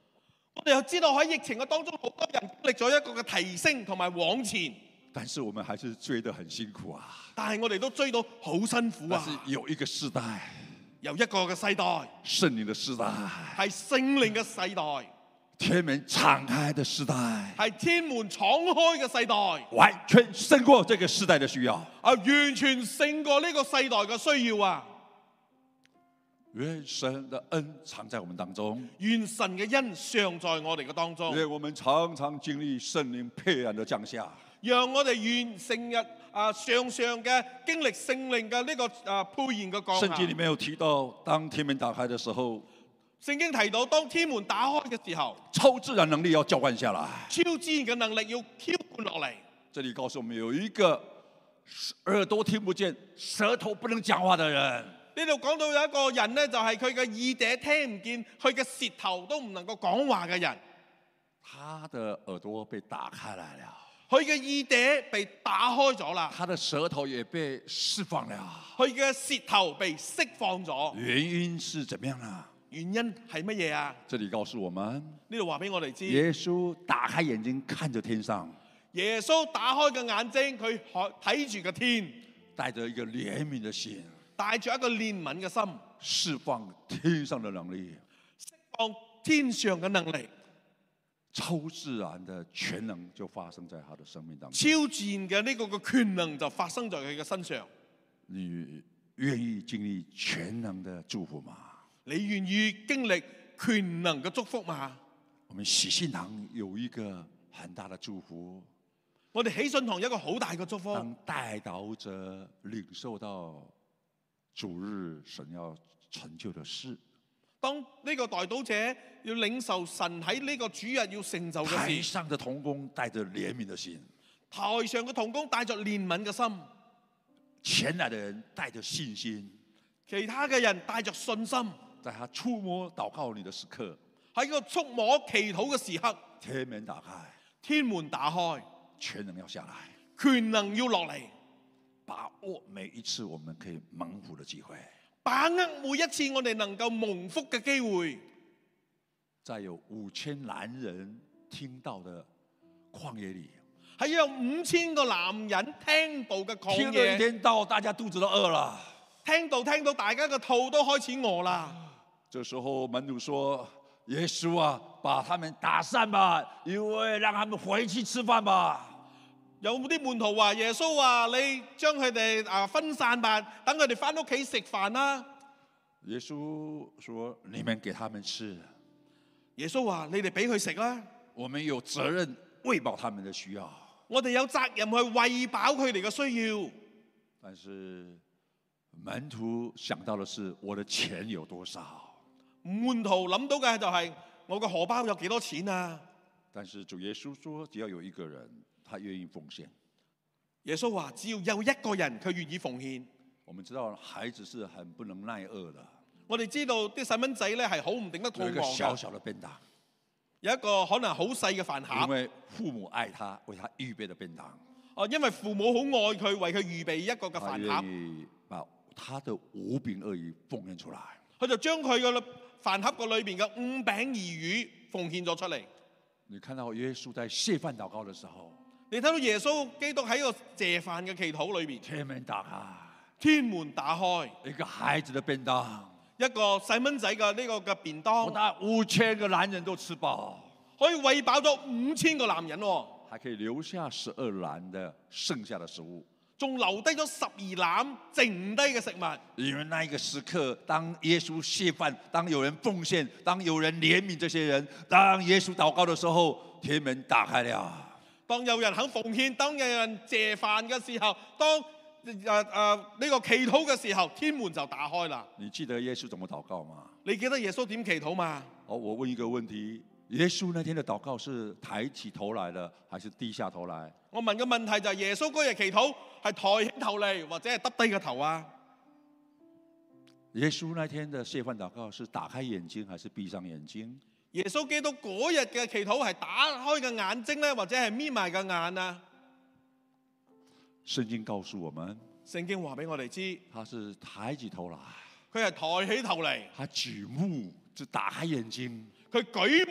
我哋又知道喺疫情嘅當中，好多人經歷咗一個嘅提升同埋往前， 但是我们还是追得很辛苦啊。 但係我哋都追到好辛苦但是啊！ 有一个世代， 有一個嘅世代圣灵的世代， 係聖靈嘅世代， 天门敞开的世代， 係天門敞開嘅世代， 完全胜过这个世代的需要。 完全勝過呢個世代嘅需要啊！ 愿神的恩藏在我们当中， 願神嘅恩常在我哋嘅當中， 愿我们常常经历圣灵沛然的降下。 讓我哋成日常常嘅經歷聖靈嘅呢個沛然嘅降下。 圣经里面有提到，当天门打开的时候， 聖經提到，當天門打開嘅時候， 超自然能力要浇灌下來。 超自然嘅能力要澆灌落嚟。 这里告訴我們，有一個耳朵聽不見、舌頭不能講話的人。 呢度講到有一個人呢，就係佢嘅耳嗲聽唔見，佢嘅舌頭都唔能夠講話嘅人。 他的耳朵被打開來了， 佢嘅耳嗲被打開咗啦， 他的舌頭也被釋放了。 佢嘅舌頭被釋放咗。 原因是怎麼樣呢？ 原因係乜嘢啊？ 這裡告訴我們， 呢度話俾我哋知， 耶穌打開眼睛看着天上， 耶穌打開嘅眼睛，佢睇住個天， 帶着一個憐憫的心， 帶住一個憐憫嘅心， 釋放天上的能力， 釋放天上嘅能力， 超自然的全能就發生在他的生命當中。 超自然嘅呢個嘅權能就發生在佢嘅身上。 你願意經歷全能的祝福嗎？ 你願意經歷權能嘅祝福嗎？ 我們喜信堂有一個很大的祝福。 我哋喜信堂有一個好大嘅祝福。 當代禱者領受到主日神要成就的事， 當呢個代禱者要領受神喺呢個主日要成就嘅台事， 上的同工帶着憐憫的心， 台上嘅同工帶着憐憫嘅心， 前來的人帶着信心， 其他嘅人帶着信心， 在他觸摸禱告你的時刻， 喺個觸摸祈禱嘅時刻， 天門打開， 天門打開， 全能要下來， 權能要落嚟， 把握每一次我們可以蒙福的機會。 把握每一次我哋能夠蒙福嘅機會。 在有5000男人聽到的曠野裡， 喺有5000個男人聽到嘅曠聽了一野， 天道，大家肚子都餓了。 聽到大家嘅肚都開始餓啦。 這時候門徒說：耶穌啊，把他們打散吧，因為讓他們回去吃飯吧。 有啲門徒話：耶穌話你將佢哋分散吧，等佢哋返屋企食飯啦。 耶穌說：你們給他們吃。 耶穌話：你哋俾佢食啦。 我們有責任餵飽他們的需要。 我哋有責任去餵飽佢哋嘅需要。 但是門徒想到的是我的錢有多少。 門徒諗到嘅就係我個荷包有幾多錢啊？ 但是主耶穌說，只要有一個人，他願意奉獻。 耶穌話：只要有一個人佢願意奉獻。 我們知道孩子是很不能耐餓的。 我哋知道啲細蚊仔咧係好唔頂得肚有一個餓小小的便當， 有一個可能好細嘅飯盒。 因為父母愛他，為他預備的便當。 因為父母好愛佢，為佢預備一個嘅他飯盒， 願意把他的5餅2魚奉獻出來。 佢就將佢嘅飯盒個裏邊嘅5餅2魚奉獻咗出嚟。 你看到耶穌在謝飯禱告的時候， 你睇到耶穌基督喺個謝飯嘅祈禱裏邊， 天門打開， 天門打開， 一個孩子的便當， 一個細蚊仔嘅呢個嘅便當， 不但5000個男人都吃飽， 可以餵飽咗5000個男人喎， 還可以留下12籃的剩下的食物。 仲留低咗12籃剩低嘅食物。 因為那一個時刻，當耶穌謝飯，當有人奉獻，當有人憐憫這些人，當耶穌禱告的時候，天門打開了。 當有人肯奉獻，當有人謝飯嘅時候，當呢個祈禱嘅時候，天門就打開啦。 你記得耶穌怎麼禱告嗎？ 你記得耶穌點祈禱嘛？ 好，我問一個問題：耶穌那天的禱告是抬起頭來的，還是低下頭來？ 我問嘅問題就係耶穌嗰日祈禱係抬起頭嚟，或者係耷低個頭啊？ 耶穌那天的謝飯禱告是打開眼睛，還是閉上眼睛？ 耶穌基督嗰日嘅祈禱係打開嘅眼睛咧，或者係眯埋個眼啊？ 聖經告訴我們， 聖經話俾我哋知， 他是抬起頭來， 佢係抬起頭嚟， 他舉目就打開眼睛， 佢舉目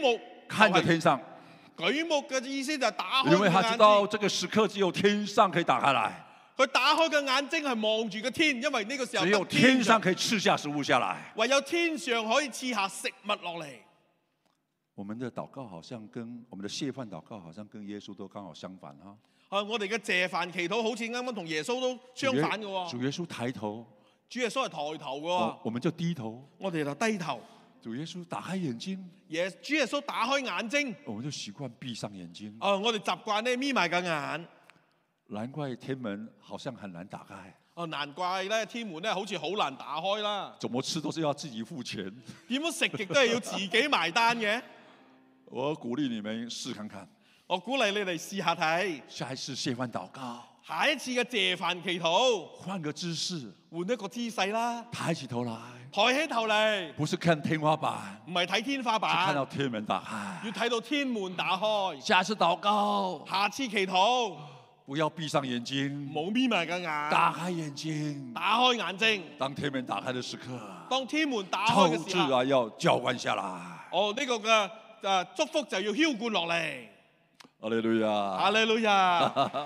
看着天上， 舉目嘅意思就係打開因為他佢眼知道睛。 這個時刻只有天上可以打開來， 佢打開嘅眼睛係望住個天，因為呢個時候只有得天上上， 可以賜下食物下來。 唯有天上可以賜下食物落嚟。 我們的禱告好像跟我們的謝飯禱告好像跟耶穌都剛好相反哈。 我哋嘅謝飯祈禱好似啱啱同耶穌都相反嘅喎。 主耶穌抬頭， 主耶穌係抬頭嘅喎， 我們就低頭。 我哋就低頭。 主耶穌打開眼睛， 主耶穌打開眼睛， 我們就習慣閉上眼睛。 我哋習慣咧眯埋個眼。 難怪天門好像很難打開。 難怪咧天門咧好似好難打開啦。 怎麼吃都是要自己付錢。 點樣食極都係要自己埋單嘅。 我鼓勵你們試看看。 我鼓勵你哋試下睇。 下一次謝飯禱告， 下一次嘅謝飯祈禱， 換個姿勢， 換一個姿勢啦， 抬起頭來， 抬起頭嚟， 不是看天花板， 唔係睇天花是看到板， 天門打開。 要睇到天門打開。 下次禱告， 下次祈禱， 不要閉上眼睛， 冇眯埋個眼， 打開眼睛。 打開眼睛。 當天門打開的時刻， 當天門打超開嘅時候， 自然要澆灌下來。 呢個嘅祝福就要澆灌落嚟。 哈利路亞！ 哈利路亞！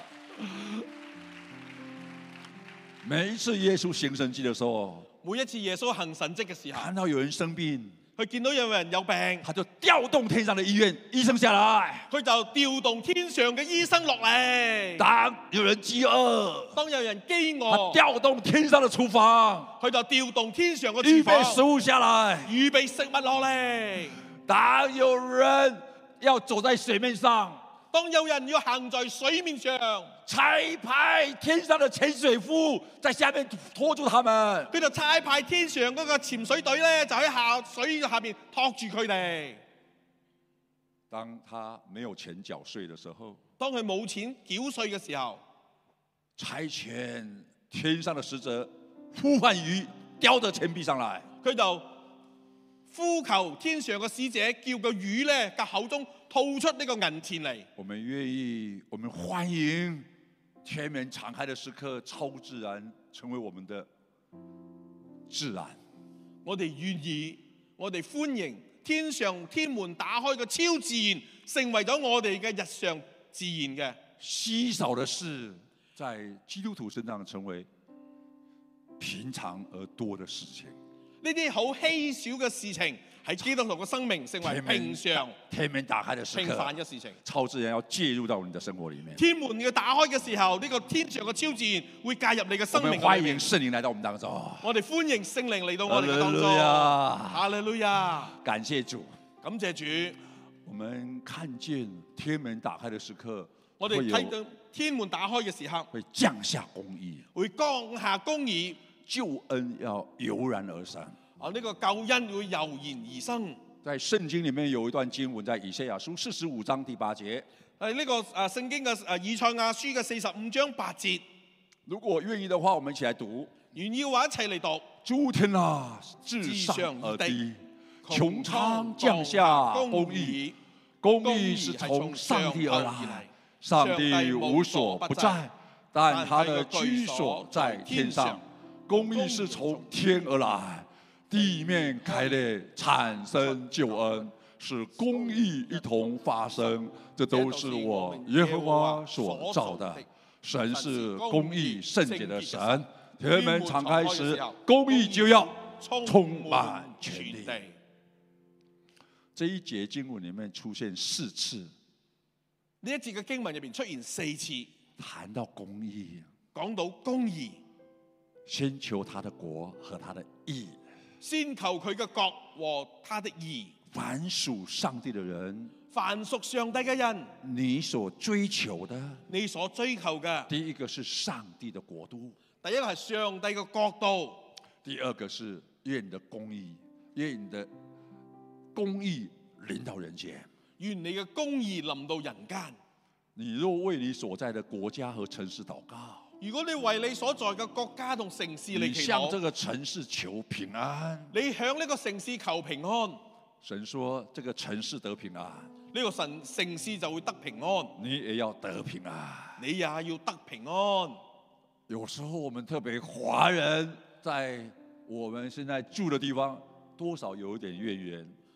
每一次耶穌行神蹟的時候， 每一次耶穌行神蹟嘅時候， 看到有人生病， 佢見到有人有病， 他就調動天上的醫生下來。 佢就調動天上嘅醫生落嚟。 當有人飢餓， 當有人飢他餓， 調動天上的廚房， 佢就調動天上嘅預廚房， 備食物下來。 預備食物落嚟。 當有人要走在水面上， 當有人要行在水面上， 差派天上的潛水夫在下面拖住他們。 佢就差派天上嗰個潛水隊咧，就喺水下邊托住佢哋。 當他沒有錢繳稅的時候， 當佢冇錢繳稅嘅時候， 差遣天上的使者呼喚魚，叼着錢幣上來。 佢就呼求天上嘅使者，叫個魚咧嘅口中吐出呢個銀錢嚟。 我們願意，我們歡迎天門敞開的時刻，超自然成為我們的自然。 我哋願意，我哋歡迎天上天門打開嘅超自然，成為咗我哋嘅日常自然嘅。 稀少的事，在基督徒身上成為平常而多的事情。 呢啲好稀少嘅事情，喺基督徒嘅生命成為平常、 天門打開的時刻， 平凡嘅事情。 超自然要介入到你的生活裡面。 天門嘅打開嘅時候，呢個天上嘅超自然會介入你嘅我生命們歡迎裏面。 聖靈來到我們當中。 我哋歡迎聖靈嚟到我哋嘅當中。 哈利路亞哈利路亞！ 感謝主， 感謝主。 我們看見天門打開的時刻， 我哋睇到天門打開嘅時刻， 會降下公義， 會降下公義， 救恩要油然而生。 呢個救恩會油然而生。 在聖經裡面有一段經文，在以賽亞書45章第8節。 呢個聖經嘅以賽亞書嘅45章8節。 如果願意的話，我們一起來讀。 願意嘅話，一齊嚟讀。 諸天啊，自上而低，穹蒼降下公義，公義是從上帝而來。上帝無所不在，但他的居所在天上。公義是從天而來。地面開裂，產生救恩，使公義一同發生。這都是我耶和華所造的。神是公義聖潔的神。天門敞開時，公義就要充滿全地。這一節經文裡面出現4次。 呢一節嘅經文入邊出現4次， 談到公義， 講到公義， 先求他的國和他的義。 先求佢嘅國和他的義。 凡屬上帝的人， 凡屬上帝嘅人， 你所追求的， 你所追求嘅， 第一個是上帝的國度， 第一個係上帝嘅國度， 第二個是願你的公義，願你的公義臨到人間， 願你嘅公義臨到人間。 你若為你所在的國家和城市禱告， 如果你為你所在嘅國家同城市嚟你祈禱， 向這個城市求平安， 你向呢個城市求平安， 神說這個城市得平安， 呢個城市就會得平安， 你也要得平安。 你也要得平安。 有時候我們特別華人在我們現在住的地方，多少有一點淵源。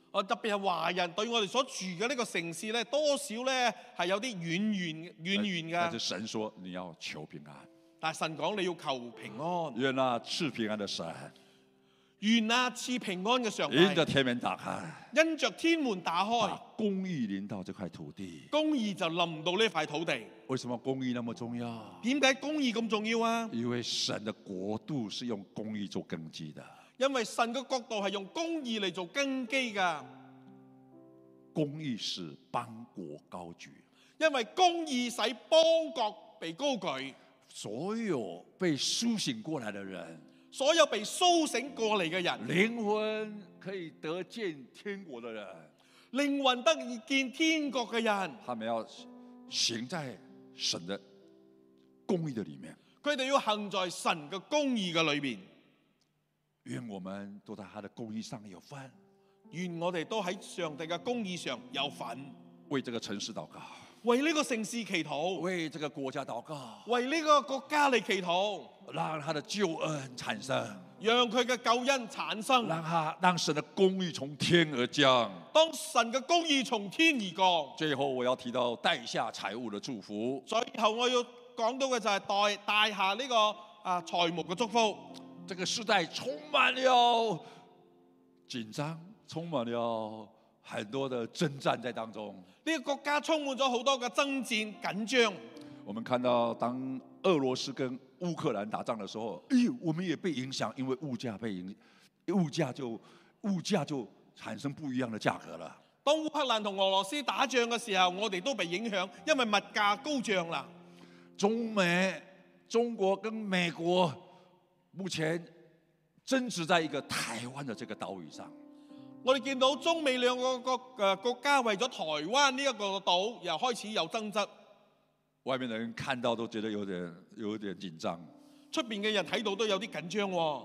特別係華人對我哋所住嘅呢個城市咧，多少咧係有啲遠但是嘅。 神說你要求平安， 但係神講你要求平安， 願那賜平安的神， 願那賜平安嘅上帝， 因着天門打開， 因着天門打開， 把公義臨到這塊土地。 公義就臨到呢塊土地。 為什麼公義那麼重要？ 點解公義咁重要啊？ 因為神的國度是用公義做根基的。 因為神嘅國度係用公義嚟做根基㗎。 公義是邦國高舉， 因為公義使邦國被高舉。 所有被甦醒過來的人， 所有被甦醒過嚟嘅人， 靈魂可以得見天國的人， 靈魂得以見天國嘅人， 他們要行在神的公義的裡面。 佢哋要行在神嘅公義嘅裏面。 願我們都在他的公義上有份， 願我哋都喺上帝嘅公義上有份， 為這個城市禱告， 為呢個城市祈禱， 為這個國家禱告， 為呢個國家嚟祈禱， 讓他的救恩產生， 讓佢嘅救恩產生， 讓神的公義從天而降。 當神嘅公義從天而降。 最後我要提到帶下財物的祝福。 最後我要講到嘅就係帶下呢個財務嘅祝福。 這個時代充滿了緊張，充滿了很多的征戰在當中。 呢個國家充滿咗好多嘅爭戰緊張。 我們看到當俄羅斯跟烏克蘭打仗的時候，我們也被影響，因為物價就產生不一樣的價格了。 當烏克蘭同俄羅斯打仗嘅時候，我哋都被影響，因為物價高漲啦。 中國跟美國目前爭執在一個台灣的這個島嶼上。 我哋見到中美兩個國家為咗台灣呢一個島，又開始有爭執。 外面的人看到都覺得有點緊張。 出邊嘅人睇到都有啲緊張喎。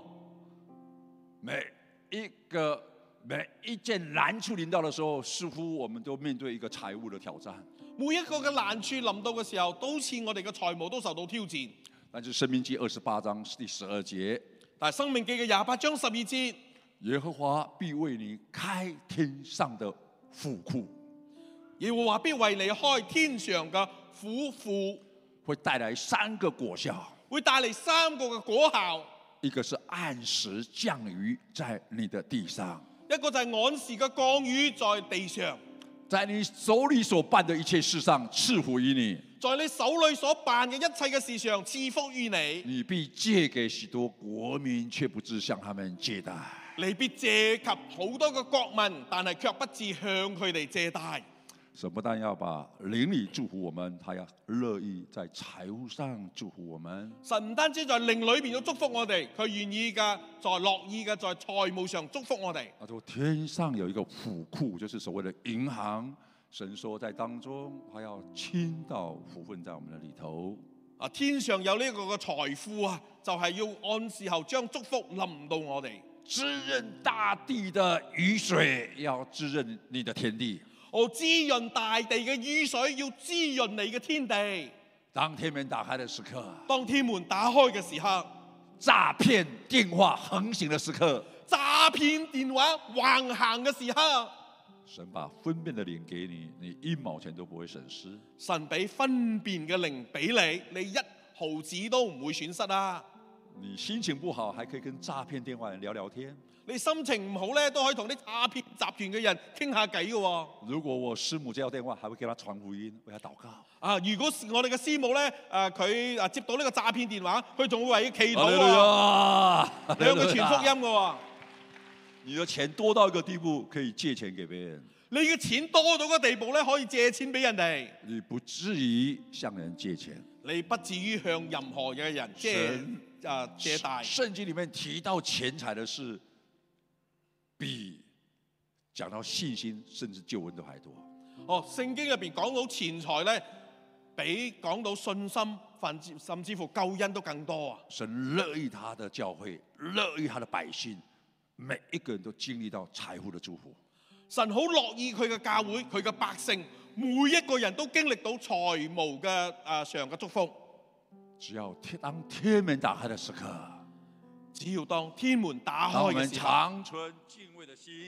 每一件難處臨到的時候，似乎我們都面對一個財務的挑戰。 每一個嘅難處臨到嘅時候，都似我哋嘅財務都受到挑戰。 但是申命記28章第12節， 但係申命記嘅28章12節， 耶和華必為你開天上的府庫， 耶和華必為你開天上嘅府庫， 會帶來3個果效， 會帶嚟3個嘅果效。 一個是按時降雨在你的地上， 一個就係按時嘅降雨在地上， 在你手裏所辦的一切事上賜福於你， 在你手裏所辦嘅一切嘅事上賜福於你。 你必借給許多國民，卻不知向他們借貸。 你必借給好多嘅國民，但係卻不知向佢哋借貸。 神不但要把靈裡祝福我們，他要樂意在財務上祝福我們。 神唔單止在靈裏邊要祝福我哋，佢願意嘅，在樂意嘅，在財務上祝福我哋。 他說天上有一個府庫，就是所謂的銀行。神說在當中，他要傾倒福分在我們的裡頭。 天上有呢個嘅財富啊，就係要按時候將祝福臨到我哋。 滋潤大地的雨水，要滋潤你的天地。 滋潤大地嘅雨水，要滋潤你嘅天地。 當天門打開的時刻， 當天門打開嘅時刻， 詐騙電話橫行的時刻， 詐騙電話橫行嘅時刻， 神把分辨的靈給你，你1毛錢都不會損失。 神俾分辨嘅靈俾你，你1毫子都唔會損失啊！ 你心情不好，還可以跟詐騙電話人聊聊天。 你心情唔好咧，都可以同啲詐騙集團嘅人傾下偈嘅。 如果我師母接到電話，還會給他傳福音，為他禱告。 如果我哋嘅師母咧，佢接到呢個詐騙電話，佢仲會為佢祈禱向佢傳福音嘅。 你的錢多到一個地步，可以借錢給別人。 你嘅錢多到個地步咧，可以借錢俾人哋。 你不至於向人借錢， 你不至於向任何嘅人借貸。 聖經裡面提到錢財的事，比講到信心甚至救恩都還多。 聖經入邊講到錢財咧，比講到信心甚至乎救恩都更多啊！ 神樂意他的教會，樂意他的百姓，每一個人都經歷到財富的祝福。 神好樂意佢嘅教會，佢嘅百姓，每一個人都經歷到財務嘅上嘅祝福。 只要當天門打開的時刻， 只要當天門打開嘅時候， 當我們長存敬畏的心，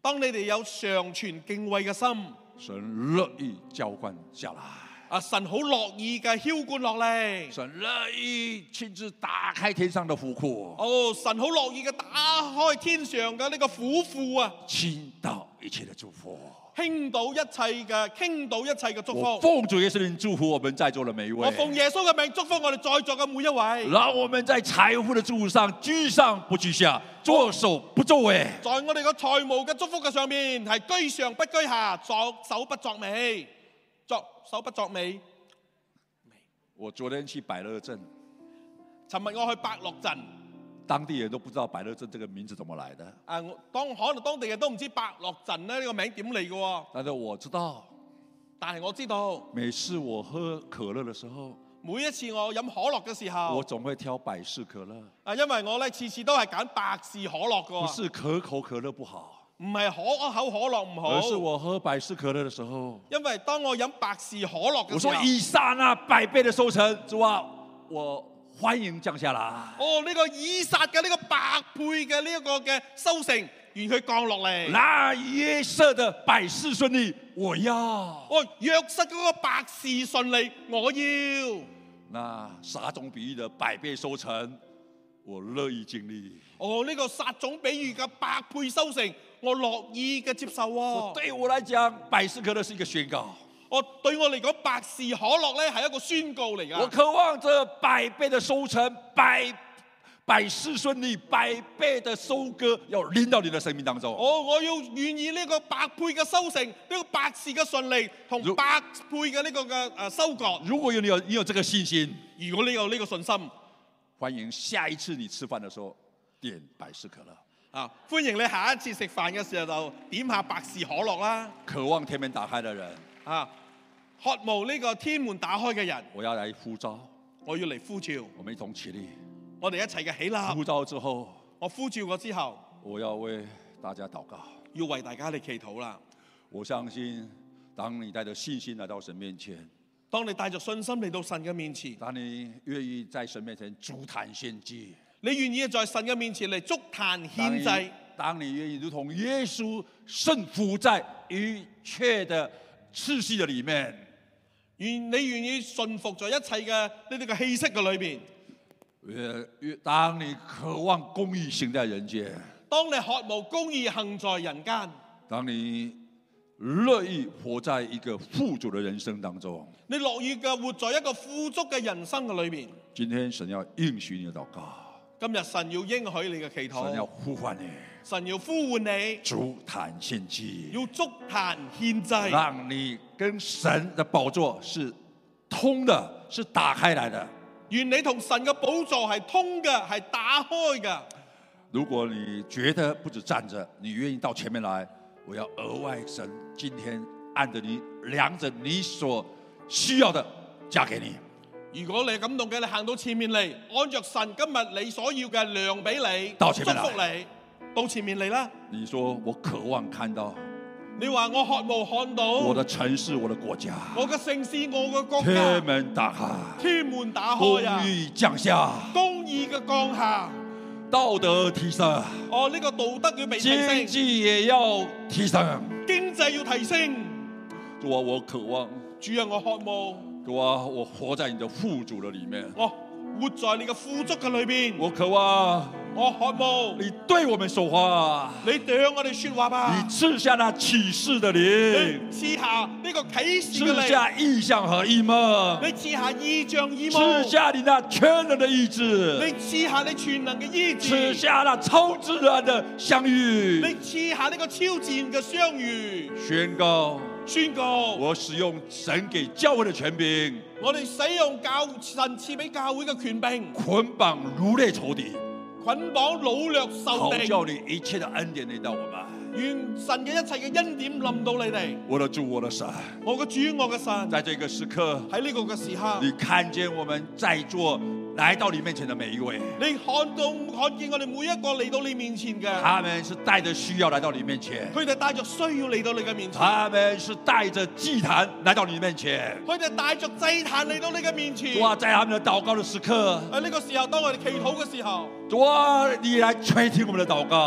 當你哋有常存敬畏嘅心， 神樂意澆灌下來。 神好樂意嘅澆灌落嚟。 神樂意親自打開天上的府庫。 神好樂意嘅打開天上嘅呢個府庫啊， 傾倒一切的祝福。 傾倒一切嘅祝福。 我奉主耶穌的名祝福我們在座的每一位。 我奉耶穌嘅名祝福我哋在座嘅每一位。 讓我們在財富的祝福上居上不居下，作首不作尾。 在我哋嘅財務嘅祝福嘅上面係居上不居下，作首不作尾。作首不作尾。 我昨天去百樂鎮， 尋日我去百樂鎮， 當地人都不知道百樂鎮這個名字怎麼來的。 可能當地人都唔知百樂鎮呢個名點嚟嘅喎。 但是我知道， 我知道， 每次我喝可樂的時候， 每一次我飲可樂嘅時候， 我總會挑百事可樂。 因為我咧次次都係揀百事可樂嘅。 不是可口可樂不好。 唔係可口可樂唔好， 而是我喝百事可樂的時候， 因為當我飲百事可樂嘅時候， 我說以撒那100倍的收成，主啊，我歡迎降下來。 呢個以撒嘅呢個100倍嘅呢一個嘅收成，願佢降落嚟。 那約瑟的百事順利，我要。 約瑟嗰個百事順利，我要。 那撒種比喻的100倍收成，我樂意經歷。 呢個撒種比喻嘅100倍收成，我樂意嘅接受啊。 對我來講，百事可樂是一個宣告。 對我嚟講，百事可樂咧係一個宣告嚟㗎。 我渴望這100倍的收成，百事順利，100倍的收割要臨到你的生命當中。 我要願意呢個100倍嘅收成，呢個百事嘅順利同100倍嘅呢個嘅收割。 如果你有這個信心， 如果你有呢個信心， 歡迎下一次你吃飯的時候點百事可樂。 歡迎你下一次食飯嘅時候就點下百事可樂啦。 渴望天門打開的人， 渴慕呢個天門打開嘅人， 我要來呼召， 我要嚟呼召， 我們一同起立， 我哋一齊嘅起立。 呼召之後， 我呼召過之後， 我要為大家禱告， 要為大家嚟祈禱啦。 我相信，當你帶着信心來到神面前， 當你帶着信心嚟到神嘅面前， 當你願意在神面前築壇獻祭， 你願意在神嘅面前嚟築壇獻祭， 當你願意如同耶穌順服在一切的次序的裡面， 你願意順服在一切嘅呢啲嘅氣息嘅裏邊。 當你渴望公義行在人間， 當你渴慕公義行在人間， 當你樂意活在一個富足的人生當中， 你樂意嘅活在一個富足嘅人生嘅裏邊。 今天神要應許你的禱告， 今日神要應許你嘅祈禱， 神要呼喚你， 神要呼喚你築壇獻祭， 要築壇獻祭， 讓你跟神的寶座是通的，是打開來的。 願你同神嘅寶座係通嘅，係打開嘅。 如果你覺得不止站着，你願意到前面來，我要額外神今天按着你量着你所需要的加給你。 如果你感動嘅，你行到前面嚟，按着神今日你所要嘅量俾你， 到前面來， 祝福你，到前面嚟啦。 你說我渴望看到， 你話我渴慕看到我的城市，我的國家， 我嘅城市，我嘅國家， 天門打開， 天門打公開啊， 義降下， 公義嘅降下， 道德提升， 呢個道德要被提升， 經濟也要提升， 經濟要提升。 主啊，我渴望， 主啊，我渴慕， 主啊，我活在你的富足的裡面， 我活在你嘅富足嘅裏邊， 我渴望， 我渴慕你對我們說話， 你對我哋說話吧， 你賜下那啟示的靈， 你賜下呢個啟示嘅靈， 賜下異象和異夢， 你賜下異象異夢， 賜下你那全能的意志， 你賜下你全能嘅醫治， 賜下那超自然的相遇， 你賜下呢個超自然嘅相遇， 宣告我使用神給教會的權柄， 我哋使用神賜俾教會嘅權柄， 捆綁擄掠仇敵， 捆綁擄掠仇敵， 好叫你一切的恩典臨到我們。 願神嘅一切嘅恩典臨到你哋。 我的主，我的神， 我嘅主，我嘅神， 在這個時刻， 喺呢個嘅時刻， 你看見我們在座來到你面前的每一位， 你看見我哋每一個嚟到你面前嘅， 他們是帶着需要來到你面前， 佢哋帶着需要嚟到你嘅面前， 他們是帶着祭壇來到你面前， 佢哋帶着祭壇嚟到你嘅面前。 主啊，在他們的禱告的時刻， 喺呢個時候，當我哋祈禱嘅時候， 主啊，你來垂聽我們的禱告。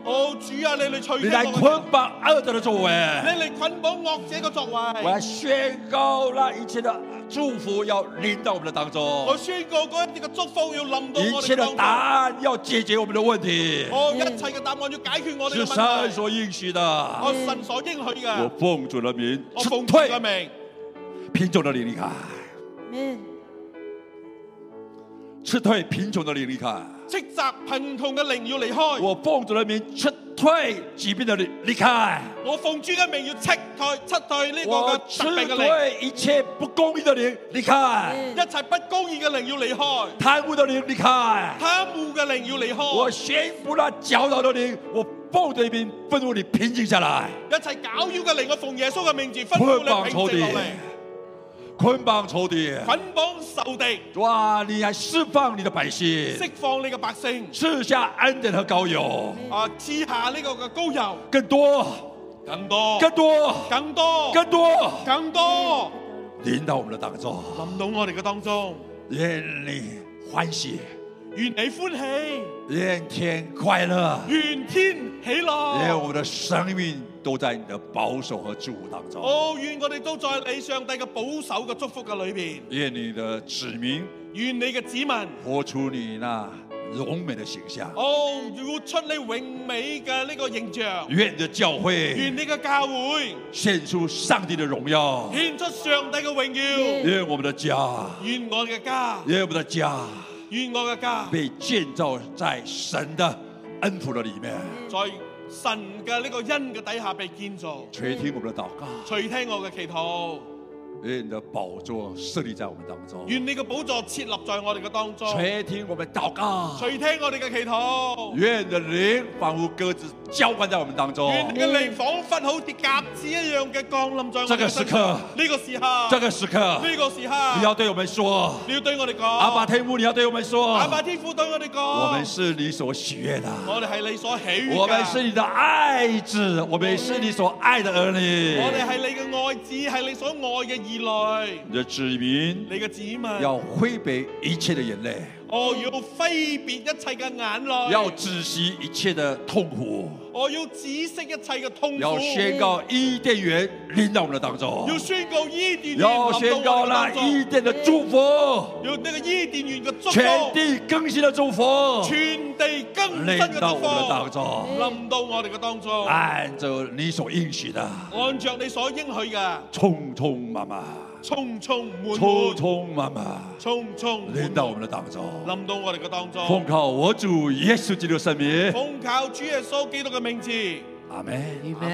哦，主啊，你嚟垂你来聽我嘅捆绑恶者的作为。 你嚟捆綁惡者嘅作為。 我要宣告，那一切的祝福要临到我们的当中我，宣告嗰一啲嘅祝福要臨到一我哋當切的答中。 案要解决我们的问题， 哦，一切嘅答案要解決我哋是嘅問題。 神所应许的。 我神所應許我嘅， 奉主的名撤我奉主退嘅名， 贫穷的灵离开， Amen. 撤退贫穷的灵离开。 斥責貧窮嘅靈要離開。 我奉主的名撤退疾病的灵离开， 我奉主嘅名要撤退呢個我嘅疾撤病嘅靈， 退一切不公义的灵离开， 一切不公義嘅靈要離開， 贪污的灵离开。 貪污嘅靈要離我開， 宣布那搅扰的灵，我奉主的名吩咐你平静下来， 一切攪擾嘅靈，我奉耶穌嘅名字吩咐捆你绑仇敌平靜落嚟，， 捆绑仇敌。 捆綁仇敵， 哇！你还释放你的百姓， 釋放你嘅百姓， 赐下恩典和膏油， 賜下呢個嘅膏油， 更多、 更多， 更多、 更多， 更多， 更多， 临到我们的当中。 臨到我哋嘅當中， 愿你欢喜， 願你歡喜， 愿天快乐， 願天喜愿樂。 我们的生命都在你的保守和祝福当中。 哦，願我哋都在你上帝嘅保守嘅祝福嘅裏邊， 愿你的子民願你嘅子民。 活出你那荣美的形象， 哦，活出你榮美嘅呢個形象， 愿你的教願会你嘅教會献出上帝的荣耀， 獻出上帝嘅榮耀， 愿我们的家， 願我嘅家， 愿我们的家願我嘅家， 被建造在神的恩福的里面。 在神嘅呢個恩嘅底下被建造。 垂听我们的禱告， 垂聽我嘅祈禱， 愿你的宝座设立在我们当中。 願你嘅寶座設立在我哋嘅當中。 垂听我们祷告， 垂聽我哋嘅祈禱， 愿你的灵仿佛鸽子浇灌在我们当中。 願你嘅靈彷彿好似鴿子一樣嘅降臨在我哋嘅身上。呢個時刻， 这个時刻， 呢個時刻， 你要對我們說， 你要對我哋講， 阿爸天父，你要對我們說， 阿爸天父對我哋講， 我們是你所喜悦的， 我哋係你所喜悅嘅， 我們是你的愛子，我們是你所愛的兒女。 我哋係你嘅愛子，係你所愛嘅兒女， 你的子民你嘅子民要揮別一切的眼淚， 我要揮別一切嘅眼淚， 要止息一切的痛苦， 我要止息一切嘅痛苦， 要宣告伊甸園臨到我們的當中， 要宣告伊甸園要宣告那伊甸的祝福， 要呢個伊甸園嘅祝福， 全地更新的祝福， 全地更新嘅臨到祝福我們的當中， 臨到我哋嘅當中， 按照你所應許的， 按照你所應許嘅， 匆匆忙忙， 匆匆滿匆滿， 匆忙忙匆匆滿臨到我們的當中。 臨到我哋嘅當中， 奉靠我主耶穌基督的聖名， 奉靠主耶穌基督嘅名字， 阿門，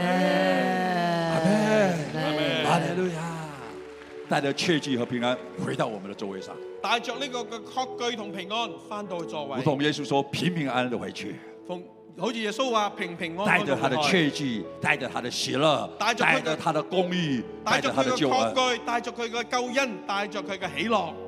Amen. 阿門， 阿門哈利路亞！帶着確據和平安回到我們的座位上， 帶着呢個嘅確據同平安翻到去座位如，同耶穌說平平安安的回去， 好似耶穌話平平安安帶着他的地回去確據，帶着他的喜樂， 帶着他的帶着他的公義，帶着帶着佢嘅他的救恩。 確據，帶着佢嘅救恩，帶着佢嘅喜樂。